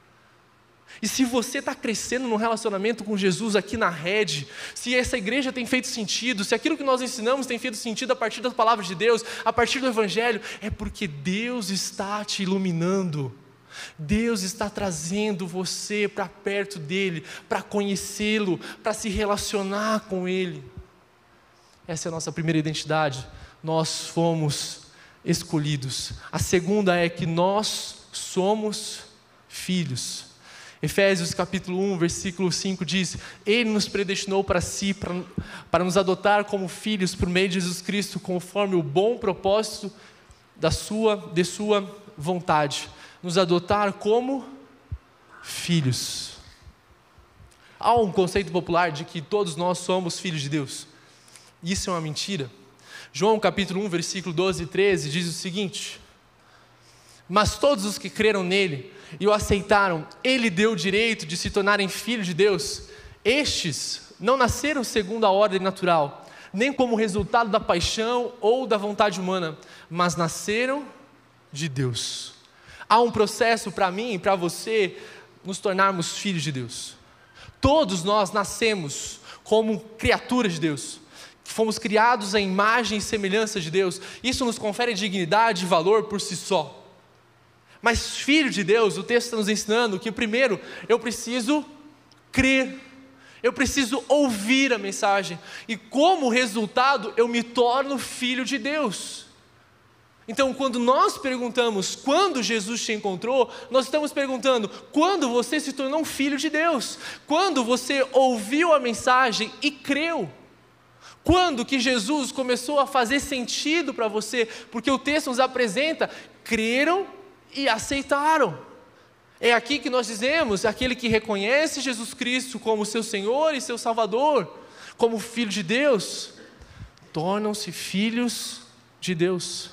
E se você está crescendo num relacionamento com Jesus aqui na rede, se essa igreja tem feito sentido, se aquilo que nós ensinamos tem feito sentido a partir das palavras de Deus, a partir do Evangelho, é porque Deus está te iluminando. Deus está trazendo você para perto dEle, para conhecê-lo, para se relacionar com Ele. Essa é a nossa primeira identidade, nós fomos escolhidos. A segunda é que nós somos filhos. Efésios capítulo um, versículo cinco diz, Ele nos predestinou para si, para, para nos adotar como filhos por meio de Jesus Cristo, conforme o bom propósito da sua, de sua vontade. Nos adotar como filhos. Há um conceito popular de que todos nós somos filhos de Deus. Isso é uma mentira. João capítulo um, versículo doze e treze diz o seguinte: mas todos os que creram nele e o aceitaram, ele deu o direito de se tornarem filhos de Deus. Estes não nasceram segundo a ordem natural, nem como resultado da paixão ou da vontade humana, mas nasceram de Deus. Há um processo para mim e para você nos tornarmos filhos de Deus. Todos nós nascemos como criaturas de Deus. Fomos criados à imagem e semelhança de Deus. Isso nos confere dignidade e valor por si só. Mas filho de Deus, o texto está nos ensinando que primeiro eu preciso crer. Eu preciso ouvir a mensagem. E como resultado eu me torno filho de Deus. Então quando nós perguntamos quando Jesus te encontrou, nós estamos perguntando quando você se tornou um filho de Deus. Quando você ouviu a mensagem e creu. Quando que Jesus começou a fazer sentido para você? Porque o texto nos apresenta, creram e aceitaram. É aqui que nós dizemos, aquele que reconhece Jesus Cristo como seu Senhor e seu Salvador, como filho de Deus, tornam-se filhos de Deus.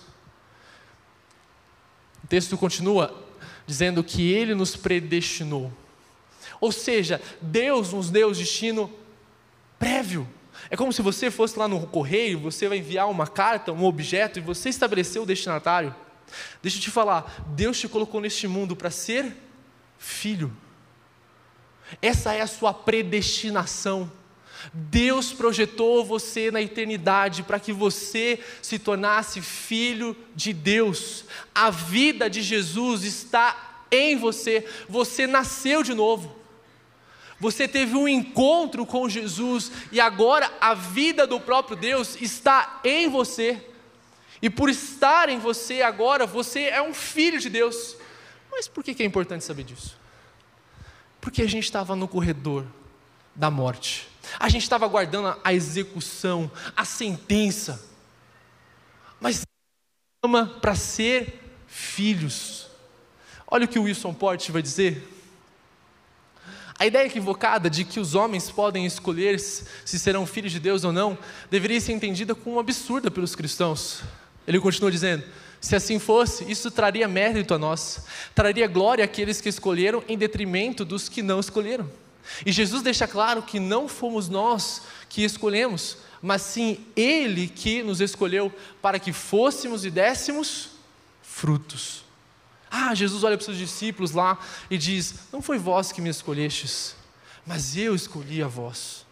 O texto continua dizendo que Ele nos predestinou. Ou seja, Deus nos deu o destino prévio. É como se você fosse lá no correio, você vai enviar uma carta, um objeto, e você estabeleceu o destinatário. Deixa eu te falar, Deus te colocou neste mundo para ser filho. Essa é a sua predestinação. Deus projetou você na eternidade para que você se tornasse filho de Deus. A vida de Jesus está em você. Você nasceu de novo. Você teve um encontro com Jesus e agora a vida do próprio Deus está em você. E por estar em você agora, você é um filho de Deus. Mas por que é importante saber disso? Porque a gente estava no corredor da morte. A gente estava aguardando a execução, a sentença. Mas ama para ser filhos. Olha o que o Wilson Porte vai dizer. A ideia equivocada de que os homens podem escolher se serão filhos de Deus ou não, deveria ser entendida como absurda pelos cristãos. Ele continua dizendo, se assim fosse, isso traria mérito a nós, traria glória àqueles que escolheram em detrimento dos que não escolheram. E Jesus deixa claro que não fomos nós que escolhemos, mas sim Ele que nos escolheu para que fôssemos e dessemos frutos. Ah, Jesus olha para os seus discípulos lá e diz, não foi vós que me escolhestes, mas eu escolhi a vós.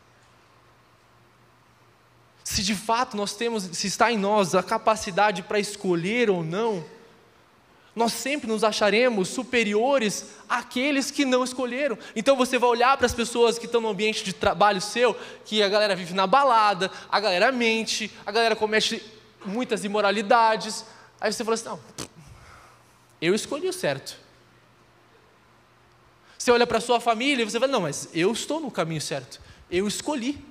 Se de fato nós temos, se está em nós a capacidade para escolher ou não, nós sempre nos acharemos superiores àqueles que não escolheram. Então você vai olhar para as pessoas que estão no ambiente de trabalho seu, que a galera vive na balada, a galera mente, a galera comete muitas imoralidades, aí você fala assim, não, eu escolhi o certo. Você olha para a sua família e você fala, não, mas eu estou no caminho certo, eu escolhi.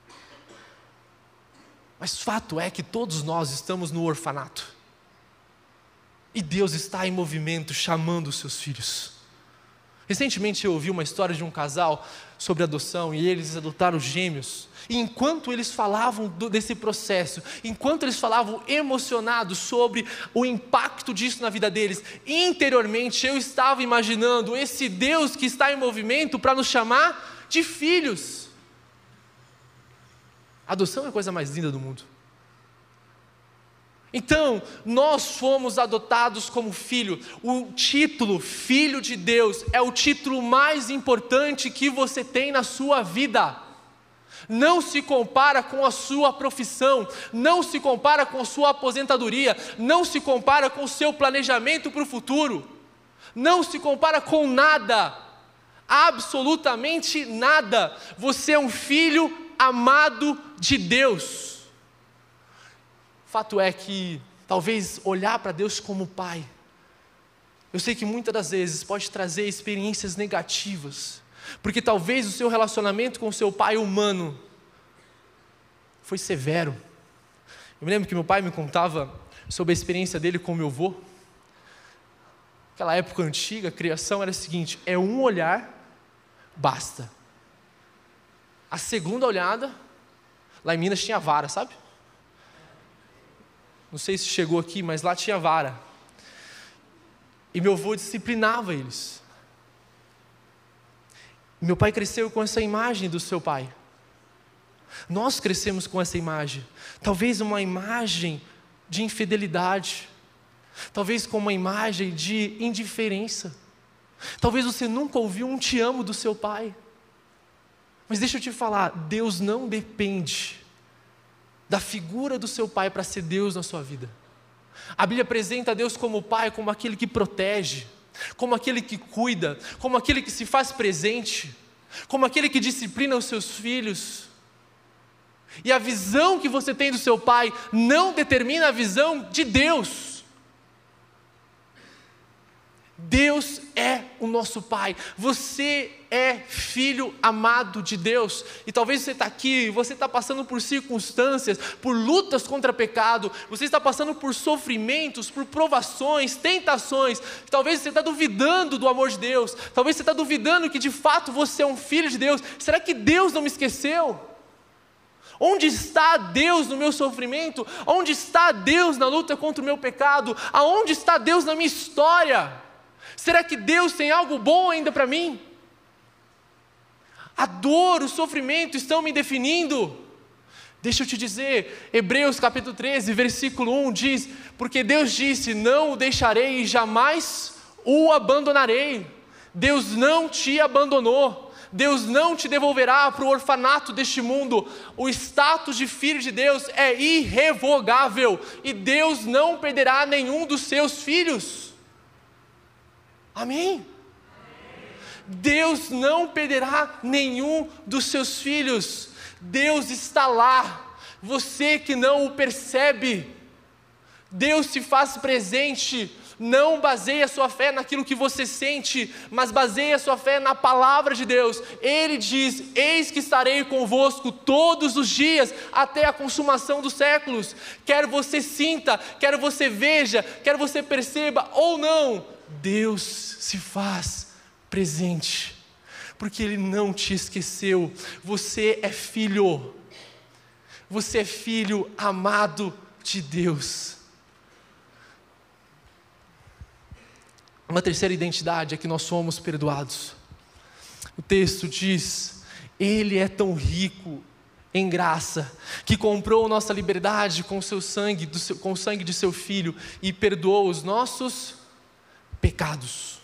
Mas fato é que todos nós estamos no orfanato. E Deus está em movimento chamando os seus filhos. Recentemente eu ouvi uma história de um casal sobre adoção e eles adotaram gêmeos. E enquanto eles falavam do, desse processo, enquanto eles falavam emocionados sobre o impacto disso na vida deles, interiormente eu estava imaginando esse Deus que está em movimento para nos chamar de filhos. A adoção é a coisa mais linda do mundo. Então, nós fomos adotados como filho. O título Filho de Deus é o título mais importante que você tem na sua vida. Não se compara com a sua profissão, não se compara com a sua aposentadoria, não se compara com o seu planejamento para o futuro, não se compara com nada, absolutamente nada. Você é um filho amado de Deus. Fato é que, talvez olhar para Deus como Pai, eu sei que muitas das vezes pode trazer experiências negativas, porque talvez o seu relacionamento com o seu pai humano foi severo. Eu me lembro que meu pai me contava sobre a experiência dele com meu avô. Naquela época antiga, a criação era a seguinte, é um olhar, basta. A segunda olhada, Lá em Minas tinha vara, sabe? Não sei se chegou aqui, mas lá tinha vara. E meu avô disciplinava eles. Meu pai cresceu com essa imagem do seu pai. Nós crescemos com essa imagem. Talvez uma imagem de infidelidade. Talvez com uma imagem de indiferença. Talvez você nunca ouviu um te amo do seu pai. Mas deixa eu te falar, Deus não depende da figura do seu pai para ser Deus na sua vida. A Bíblia apresenta Deus como pai, como aquele que protege, como aquele que cuida, como aquele que se faz presente, como aquele que disciplina os seus filhos. E a visão que você tem do seu pai não determina a visão de Deus. Deus é o nosso pai. Você é filho amado de Deus. E talvez você está aqui, você está passando por circunstâncias, por lutas contra pecado, você está passando por sofrimentos, por provações, tentações. Talvez você está duvidando do amor de Deus. Talvez você está duvidando que de fato você é um filho de Deus. Será que Deus não me esqueceu? Onde está Deus no meu sofrimento? Onde está Deus na luta contra o meu pecado? Aonde está Deus na minha história? Será que Deus tem algo bom ainda para mim? A dor, o sofrimento estão me definindo. Deixa eu te dizer, Hebreus capítulo treze, versículo um diz: porque Deus disse, não o deixarei e jamais o abandonarei. Deus não te abandonou. Deus não te devolverá para o orfanato deste mundo. O status de filho de Deus é irrevogável. E Deus não perderá nenhum dos seus filhos. Amém? Deus não perderá nenhum dos seus filhos. Deus está lá. Você que não o percebe. Deus se faz presente. Não baseie a sua fé naquilo que você sente, mas baseie a sua fé na palavra de Deus. Ele diz: eis que estarei convosco todos os dias, até a consumação dos séculos. Quer você sinta, quer você veja, quer você perceba ou não, Deus se faz presente, porque Ele não te esqueceu. Você é filho, você é filho amado de Deus. Uma terceira identidade é que nós somos perdoados. O texto diz: Ele é tão rico em graça, que comprou nossa liberdade com, seu sangue, do seu, com o sangue de seu Filho, e perdoou os nossos pecados.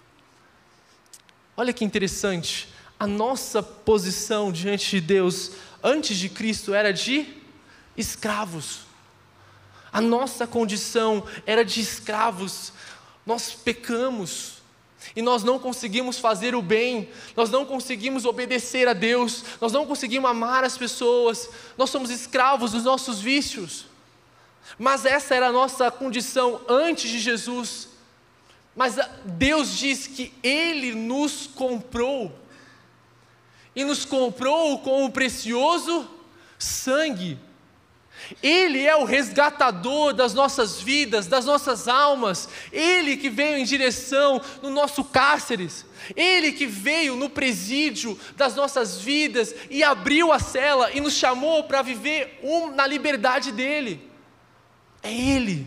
Olha que interessante, a nossa posição diante de Deus, antes de Cristo, era de escravos. A nossa condição era de escravos. Nós pecamos, e nós não conseguimos fazer o bem, nós não conseguimos obedecer a Deus, nós não conseguimos amar as pessoas, nós somos escravos dos nossos vícios. Mas essa era a nossa condição antes de Jesus. Mas Deus diz que Ele nos comprou, e nos comprou com o precioso sangue. Ele é o resgatador das nossas vidas, das nossas almas. Ele que veio em direção no nosso cárcere. Ele que veio no presídio das nossas vidas e abriu a cela e nos chamou para viver um, na liberdade dele. É Ele.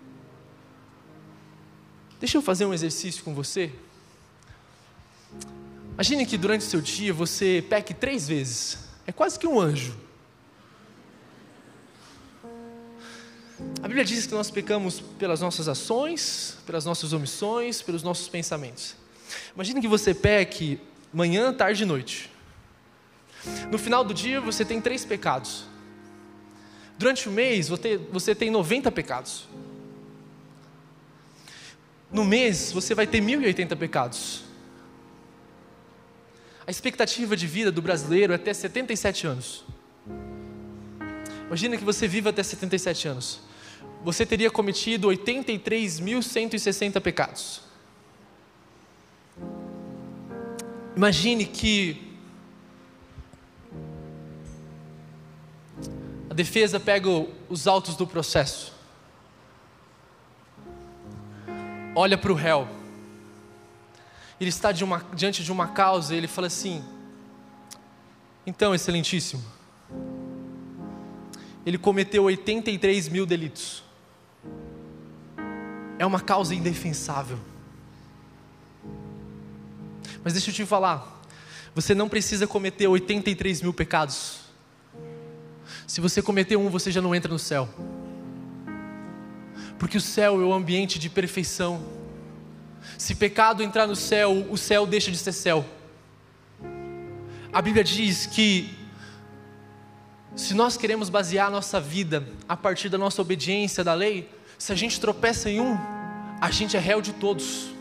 Deixa eu fazer um exercício com você. Imagine que durante o seu dia você peque três vezes. É quase que um anjo. A Bíblia diz que nós pecamos pelas nossas ações, pelas nossas omissões, pelos nossos pensamentos. Imagine que você peque manhã, tarde e noite. No final do dia você tem três pecados. Durante o mês você tem noventa pecados. No mês você vai ter mil e oitenta pecados. A expectativa de vida do brasileiro é até setenta e sete anos. Imagina que você viva até setenta e sete anos. Você teria cometido oitenta e três mil cento e sessenta pecados. Imagine que a defesa pega os autos do processo, olha para o réu, ele está de uma, diante de uma causa e ele fala assim: então, excelentíssimo, ele cometeu oitenta e três mil delitos. É uma causa indefensável. Mas deixa eu te falar, você não precisa cometer oitenta e três mil pecados. Se você cometer um, você já não entra no céu. Porque o céu é o ambiente de perfeição. Se pecado entrar no céu, o céu deixa de ser céu. A Bíblia diz que se nós queremos basear a nossa vida a partir da nossa obediência da lei, se a gente tropeça em um, a gente é réu de todos.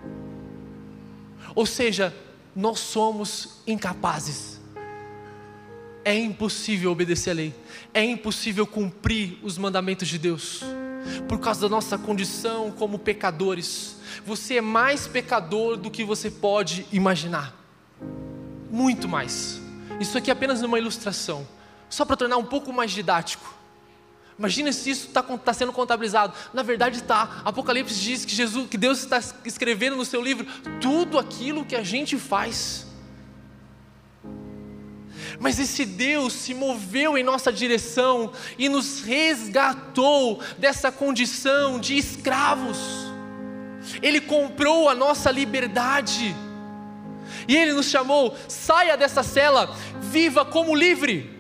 Ou seja, nós somos incapazes. É impossível obedecer a lei. É impossível cumprir os mandamentos de Deus. Por causa da nossa condição como pecadores. Você é mais pecador do que você pode imaginar. Muito mais. Isso aqui é apenas uma ilustração. Só para tornar um pouco mais didático. Imagina se isso está tá sendo contabilizado. Na verdade está. Apocalipse diz que, Jesus, que Deus está escrevendo no seu livro tudo aquilo que a gente faz. Mas esse Deus se moveu em nossa direção e nos resgatou dessa condição de escravos. Ele comprou a nossa liberdade. E Ele nos chamou, saia dessa cela, viva como livre.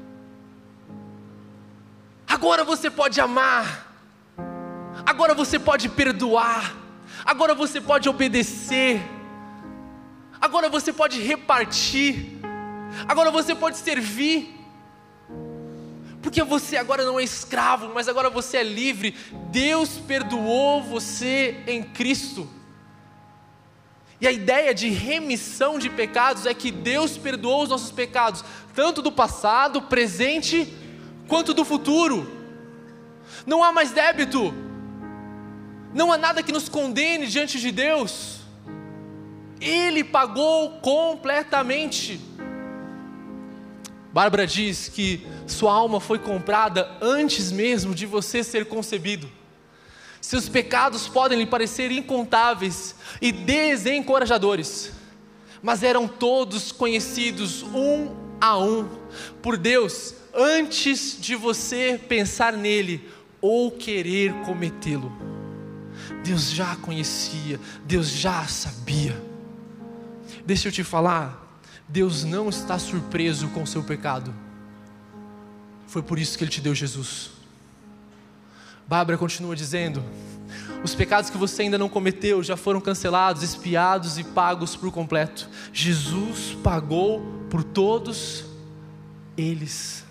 Agora você pode amar. Agora você pode perdoar. Agora você pode obedecer. Agora você pode repartir. Agora você pode servir. Porque você agora não é escravo, mas agora você é livre. Deus perdoou você em Cristo. E a ideia de remissão de pecados é que Deus perdoou os nossos pecados, tanto do passado, presente, quanto do futuro. Não há mais débito. Não há nada que nos condene diante de Deus. Ele pagou completamente. Bárbara diz que sua alma foi comprada antes mesmo de você ser concebido. Seus pecados podem lhe parecer incontáveis e desencorajadores, mas eram todos conhecidos um a um por Deus antes de você pensar nele ou querer cometê-lo. Deus já conhecia, Deus já sabia. Deixa eu te falar, Deus não está surpreso com o seu pecado. Foi por isso que Ele te deu Jesus. Bárbara continua dizendo: os pecados que você ainda não cometeu já foram cancelados, expiados e pagos por completo. Jesus pagou por todos eles.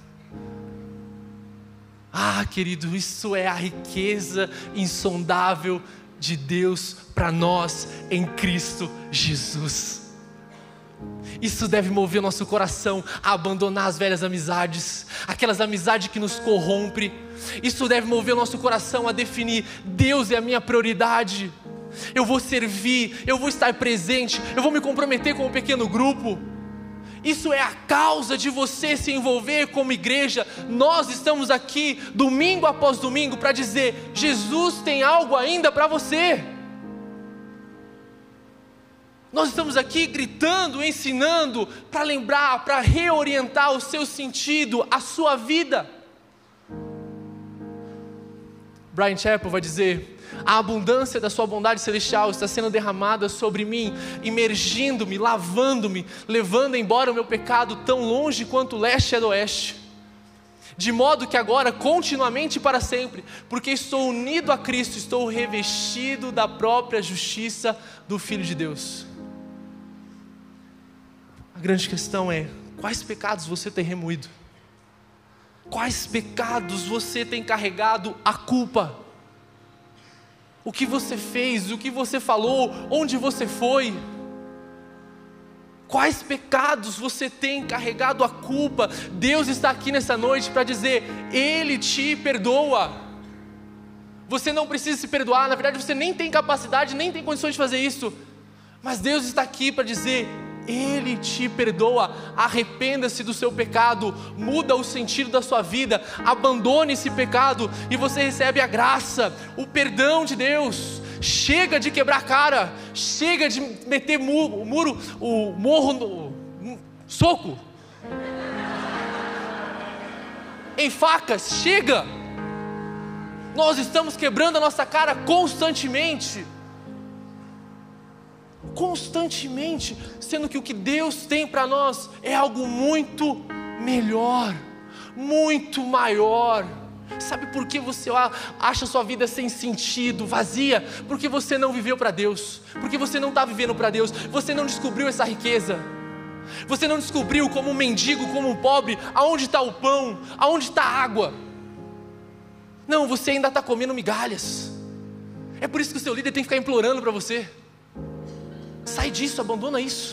Ah, querido, isso é a riqueza insondável de Deus para nós em Cristo Jesus. Isso deve mover o nosso coração a abandonar as velhas amizades, aquelas amizades que nos corrompem. Isso deve mover o nosso coração a definir: Deus é a minha prioridade. Eu vou servir, eu vou estar presente, eu vou me comprometer com um pequeno grupo. Isso é a causa de você se envolver como igreja. Nós estamos aqui domingo após domingo para dizer: Jesus tem algo ainda para você. Nós estamos aqui gritando, ensinando, para lembrar, para reorientar o seu sentido, a sua vida. Bryan Chapell vai dizer: a abundância da sua bondade celestial está sendo derramada sobre mim, imergindo-me, lavando-me, levando embora o meu pecado tão longe quanto o leste é do oeste. De modo que agora, continuamente e para sempre, porque estou unido a Cristo, estou revestido da própria justiça do Filho de Deus. A grande questão é: quais pecados você tem remoído? Quais pecados você tem carregado a culpa? O que você fez, o que você falou, onde você foi? Quais pecados você tem carregado a culpa? Deus está aqui nessa noite para dizer: Ele te perdoa. Você não precisa se perdoar, na verdade você nem tem capacidade, nem tem condições de fazer isso. Mas Deus está aqui para dizer: Ele te perdoa. Arrependa-se do seu pecado, muda o sentido da sua vida, abandone esse pecado e você recebe a graça, o perdão de Deus. Chega de quebrar a cara, chega de meter muro, o muro, o morro no soco. em facas. Chega! Nós estamos quebrando a nossa cara constantemente. Constantemente, sendo que o que Deus tem para nós é algo muito melhor, muito maior. Sabe por que você acha sua vida sem sentido, vazia? Porque você não viveu para Deus, porque você não está vivendo para Deus, você não descobriu essa riqueza, você não descobriu como um mendigo, como um pobre, aonde está o pão, aonde está a água. Não, você ainda está comendo migalhas. É por isso que o seu líder tem que ficar implorando para você: sai disso, abandona isso.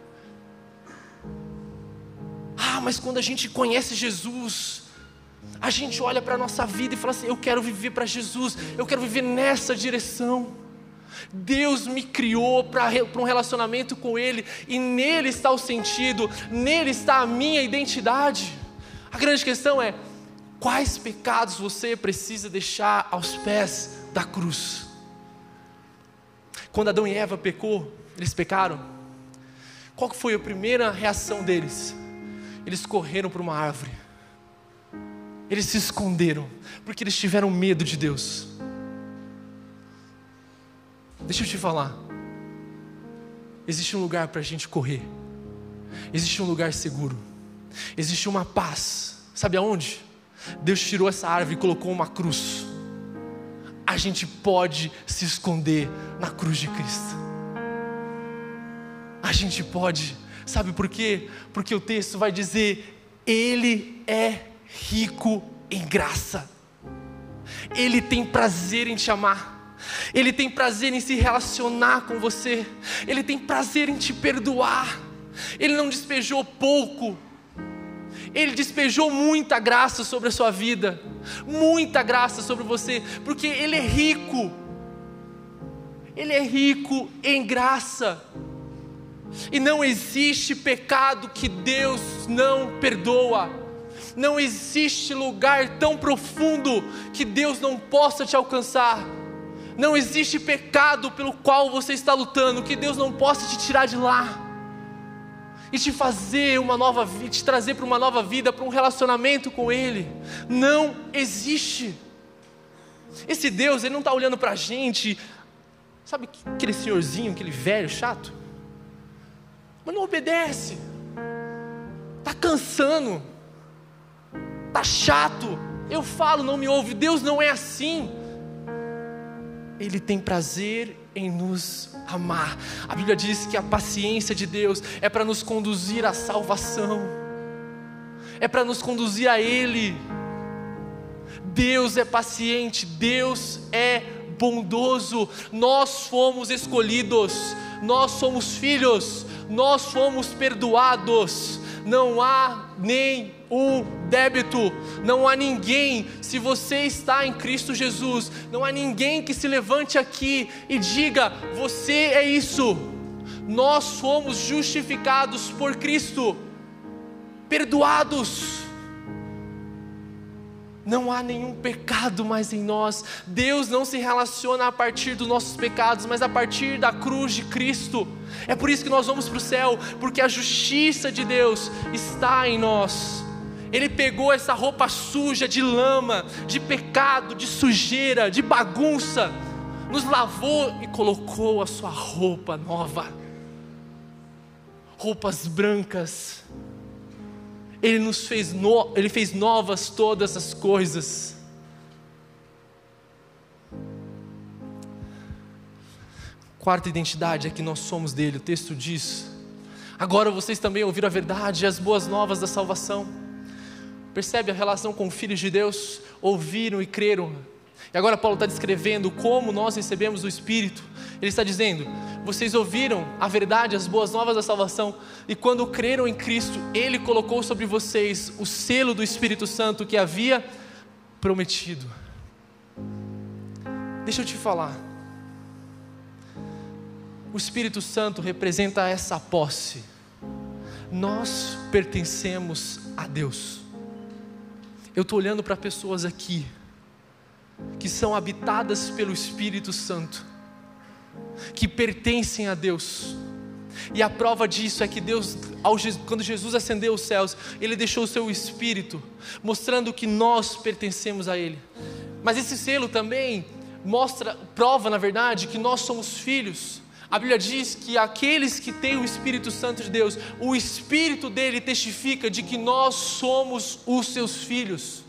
Ah, mas quando a gente conhece Jesus, a gente olha para a nossa vida e fala assim: eu quero viver para Jesus, eu quero viver nessa direção. Deus me criou para um relacionamento com Ele, e nele está o sentido, nele está a minha identidade. A grande questão é: quais pecados você precisa deixar aos pés da cruz? Quando Adão e Eva pecou, eles pecaram, qual foi a primeira reação deles? Eles correram para uma árvore, eles se esconderam, porque eles tiveram medo de Deus. Deixa eu te falar, existe um lugar para a gente correr, existe um lugar seguro, existe uma paz. Sabe aonde? Deus tirou essa árvore e colocou uma cruz. A gente pode se esconder na cruz de Cristo. A gente pode. Sabe por quê? Porque o texto vai dizer: Ele é rico em graça. Ele tem prazer em te amar. Ele tem prazer em se relacionar com você. Ele tem prazer em te perdoar. Ele não despejou pouco, Ele despejou muita graça sobre a sua vida, muita graça sobre você, porque Ele é rico. Ele é rico em graça. E não existe pecado que Deus não perdoa. Não existe lugar tão profundo que Deus não possa te alcançar. Não existe pecado pelo qual você está lutando que Deus não possa te tirar de lá e te fazer uma nova vida, te trazer para uma nova vida, para um relacionamento com Ele. Não existe. Esse Deus, Ele não está olhando para a gente, sabe aquele senhorzinho, aquele velho chato, mas não obedece, está cansando, está chato, eu falo, não me ouve. Deus não é assim. Ele tem prazer em nos amar. A Bíblia diz que a paciência de Deus é para nos conduzir à salvação, é para nos conduzir a Ele. Deus é paciente, Deus é bondoso. Nós fomos escolhidos, nós somos filhos, nós fomos perdoados. Não há nenhum débito, não há ninguém. Se você está em Cristo Jesus, não há ninguém que se levante aqui e diga: você é isso. Nós fomos justificados por Cristo, perdoados. Não há nenhum pecado mais em nós. Deus não se relaciona a partir dos nossos pecados, mas a partir da cruz de Cristo. É por isso que nós vamos para o céu, porque a justiça de Deus está em nós. Ele pegou essa roupa suja de lama, de pecado, de sujeira, de bagunça, nos lavou e colocou a sua roupa nova, roupas brancas. Ele nos fez, no, Ele fez novas todas as coisas. Quarta identidade é que nós somos dele. O texto diz: agora vocês também ouviram a verdade e as boas novas da salvação. Percebe a relação com filhos de Deus? Ouviram e creram. E agora Paulo está descrevendo como nós recebemos o Espírito. Ele está dizendo: vocês ouviram a verdade, as boas novas da salvação, e quando creram em Cristo, Ele colocou sobre vocês o selo do Espírito Santo que havia prometido. Deixa eu te falar, o Espírito Santo representa essa posse. Nós pertencemos a Deus. Eu estou olhando para pessoas aqui que são habitadas pelo Espírito Santo, que pertencem a Deus. E a prova disso é que Deus, ao, quando Jesus ascendeu aos céus, Ele deixou o seu Espírito, mostrando que nós pertencemos a Ele. Mas esse selo também mostra, prova na verdade, que nós somos filhos. A Bíblia diz que aqueles que têm o Espírito Santo de Deus, o Espírito dele testifica de que nós somos os seus filhos.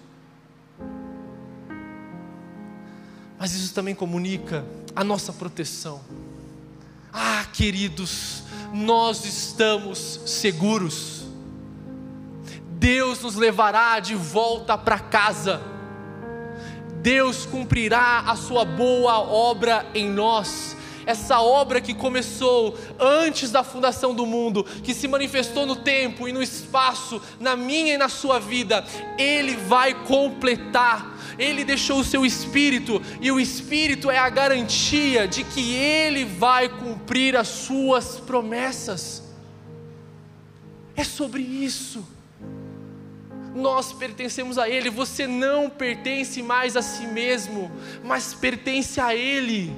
Mas isso também comunica a nossa proteção. Ah, queridos, nós estamos seguros. Deus nos levará de volta para casa. Deus cumprirá a sua boa obra em nós. Essa obra que começou antes da fundação do mundo, que se manifestou no tempo e no espaço, na minha e na sua vida, Ele vai completar. Ele deixou o seu Espírito, e o Espírito é a garantia de que Ele vai cumprir as suas promessas. É sobre isso. Nós pertencemos a Ele. Você não pertence mais a si mesmo, mas pertence a Ele.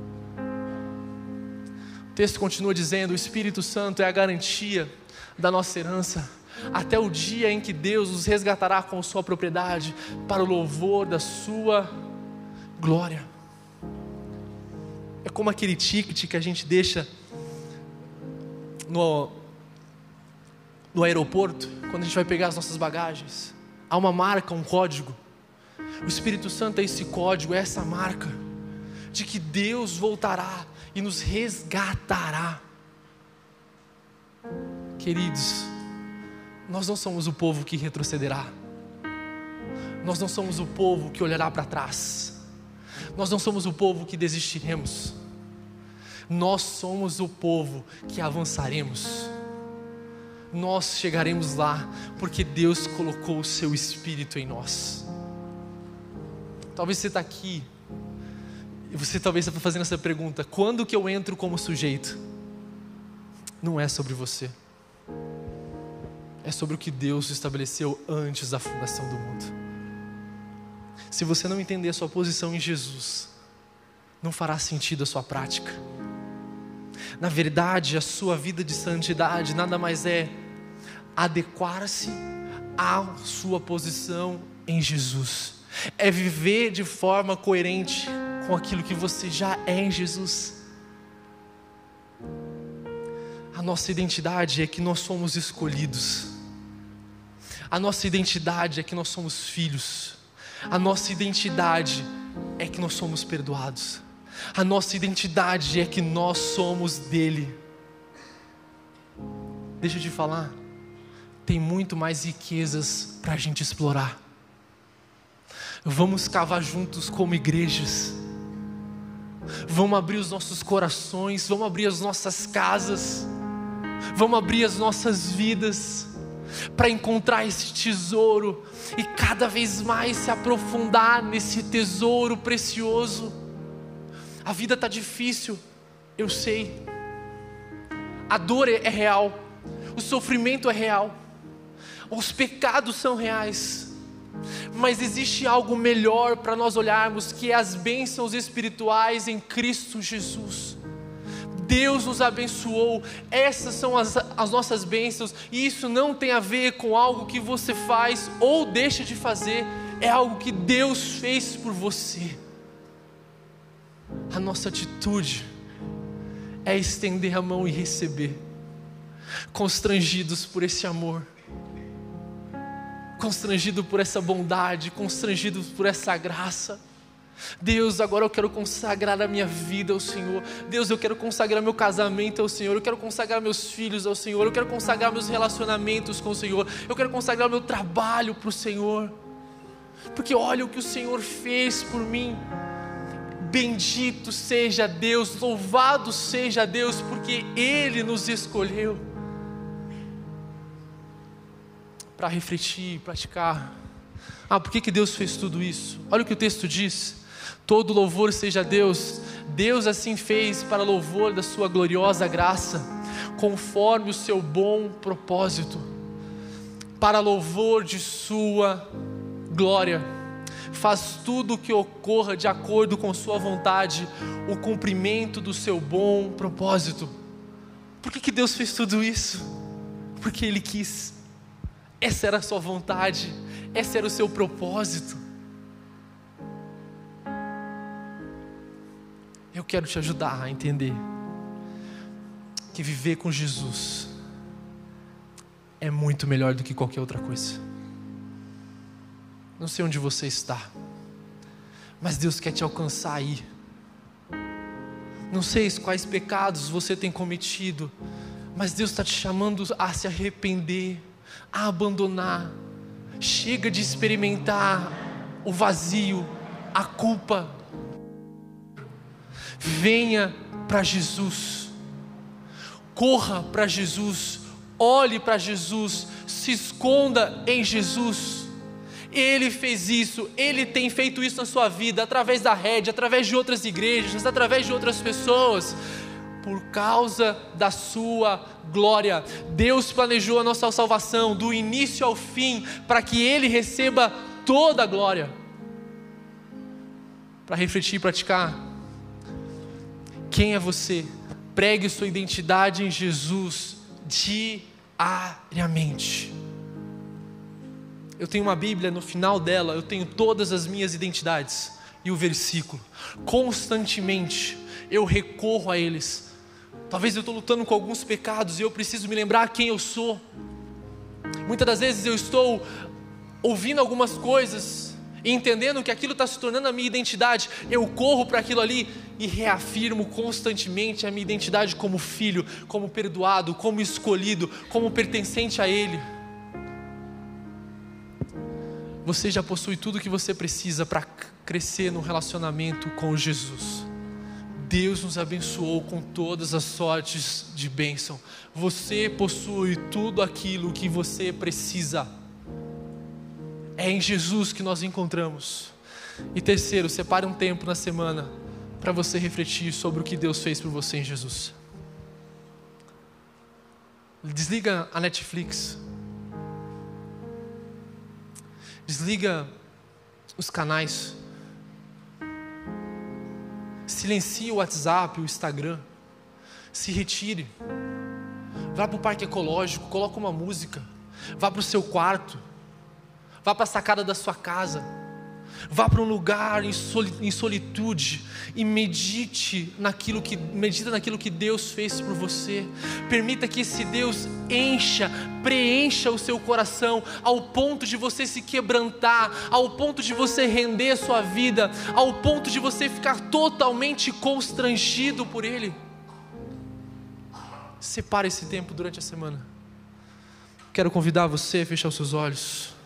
O texto continua dizendo: o Espírito Santo é a garantia da nossa herança, até o dia em que Deus os resgatará com sua propriedade, para o louvor da sua glória. É como aquele ticket que a gente deixa no, no aeroporto, quando a gente vai pegar as nossas bagagens. Há uma marca, um código. O Espírito Santo é esse código, é essa marca de que Deus voltará e nos resgatará. Queridos, nós não somos o povo que retrocederá. Nós não somos o povo que olhará para trás. Nós não somos o povo que desistiremos. Nós somos o povo que avançaremos. Nós chegaremos lá porque Deus colocou o seu Espírito em nós. Talvez você está aqui e você talvez está fazendo essa pergunta: quando que eu entro como sujeito? Não é sobre você. É sobre o que Deus estabeleceu antes da fundação do mundo. Se você não entender a sua posição em Jesus, não fará sentido a sua prática. Na verdade, a sua vida de santidade nada mais é adequar-se à sua posição em Jesus. É viver de forma coerente com aquilo que você já é em Jesus. A nossa identidade é que nós somos escolhidos. A nossa identidade é que nós somos filhos. A nossa identidade é que nós somos perdoados. A nossa identidade é que nós somos dele. Deixa eu te falar, tem muito mais riquezas para a gente explorar. Vamos cavar juntos como igrejas. Vamos abrir os nossos corações, vamos abrir as nossas casas, vamos abrir as nossas vidas para encontrar esse tesouro e cada vez mais se aprofundar nesse tesouro precioso. A vida está difícil, eu sei. A dor é real, o sofrimento é real, os pecados são reais. Mas existe algo melhor para nós olharmos, que é as bênçãos espirituais em Cristo Jesus. Deus nos abençoou, essas são as, as nossas bênçãos, e isso não tem a ver com algo que você faz ou deixa de fazer, é algo que Deus fez por você. A nossa atitude é estender a mão e receber, constrangidos por esse amor, constrangido por essa bondade, constrangido por essa graça. Deus, agora eu quero consagrar a minha vida ao Senhor. Deus, eu quero consagrar meu casamento ao Senhor. Eu quero consagrar meus filhos ao Senhor. Eu quero consagrar meus relacionamentos com o Senhor. Eu quero consagrar meu trabalho para o Senhor, porque olha o que o Senhor fez por mim. Bendito seja Deus, louvado seja Deus, porque Ele nos escolheu para refletir, praticar. Ah, por que que Deus fez tudo isso? Olha o que o texto diz: todo louvor seja a Deus. Deus assim fez para louvor da sua gloriosa graça, conforme o seu bom propósito, para louvor de sua glória. Faz tudo o que ocorra de acordo com sua vontade, o cumprimento do seu bom propósito. Por que que Deus fez tudo isso? Porque Ele quis. Essa era a sua vontade, esse era o seu propósito. Eu quero te ajudar a entender que viver com Jesus é muito melhor do que qualquer outra coisa. Não sei onde você está, mas Deus quer te alcançar aí. Não sei quais pecados você tem cometido, mas Deus está te chamando a se arrepender, a abandonar. Chega de experimentar o vazio, a culpa. Venha para Jesus, corra para Jesus, olhe para Jesus, se esconda em Jesus. Ele fez isso, Ele tem feito isso na sua vida, através da rede, através de outras igrejas, através de outras pessoas, por causa da sua glória. Deus planejou a nossa salvação do início ao fim, para que Ele receba toda a glória. Para refletir e praticar, quem é você? Pregue sua identidade em Jesus diariamente. Eu tenho uma Bíblia, no final dela eu tenho todas as minhas identidades e o versículo. Constantemente eu recorro a eles. Talvez eu estou lutando com alguns pecados e eu preciso me lembrar quem eu sou. Muitas das vezes eu estou ouvindo algumas coisas e entendendo que aquilo está se tornando a minha identidade. Eu corro para aquilo ali e reafirmo constantemente a minha identidade como filho, como perdoado, como escolhido, como pertencente a Ele. Você já possui tudo o que você precisa para crescer no relacionamento com Jesus. Deus nos abençoou com todas as sortes de bênção. Você possui tudo aquilo que você precisa. É em Jesus que nós encontramos. E terceiro, separe um tempo na semana para você refletir sobre o que Deus fez por você em Jesus. Desliga a Netflix. Desliga os canais. Silencie o WhatsApp, o Instagram. Se retire. Vá para o parque ecológico, coloque uma música. Vá para o seu quarto. Vá para a sacada da sua casa. Vá para um lugar em solitude e medite naquilo que, medita naquilo que Deus fez por você. Permita que esse Deus encha, preencha o seu coração ao ponto de você se quebrantar, ao ponto de você render a sua vida, ao ponto de você ficar totalmente constrangido por Ele. Separe esse tempo durante a semana. Quero convidar você a fechar os seus olhos.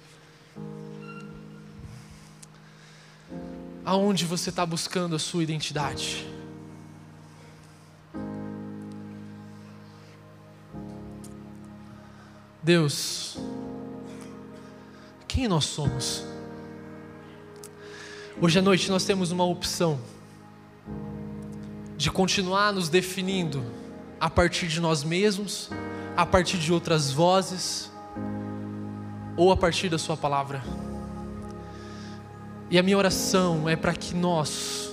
Aonde você está buscando a sua identidade? Deus, quem nós somos? Hoje à noite nós temos uma opção de continuar nos definindo a partir de nós mesmos, a partir de outras vozes, ou a partir da sua palavra. E a minha oração é para que nós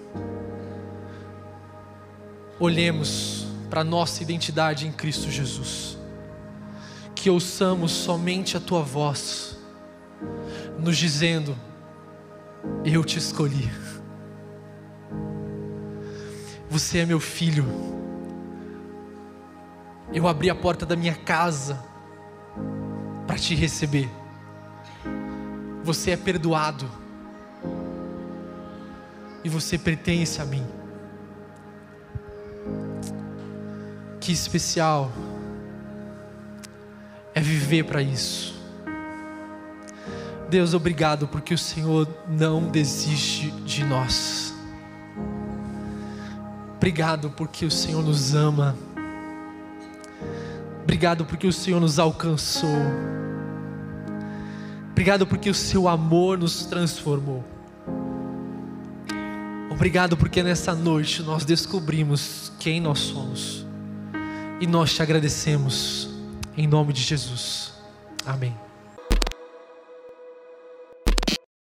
olhemos para a nossa identidade em Cristo Jesus, que ouçamos somente a Tua voz, nos dizendo: eu te escolhi, você é meu filho, eu abri a porta da minha casa para te receber, você é perdoado, e você pertence a mim. Que especial é viver para isso. Deus, obrigado porque o Senhor não desiste de nós. Obrigado porque o Senhor nos ama. Obrigado porque o Senhor nos alcançou. Obrigado porque o seu amor nos transformou. Obrigado porque nessa noite nós descobrimos quem nós somos. E nós te agradecemos em nome de Jesus. Amém.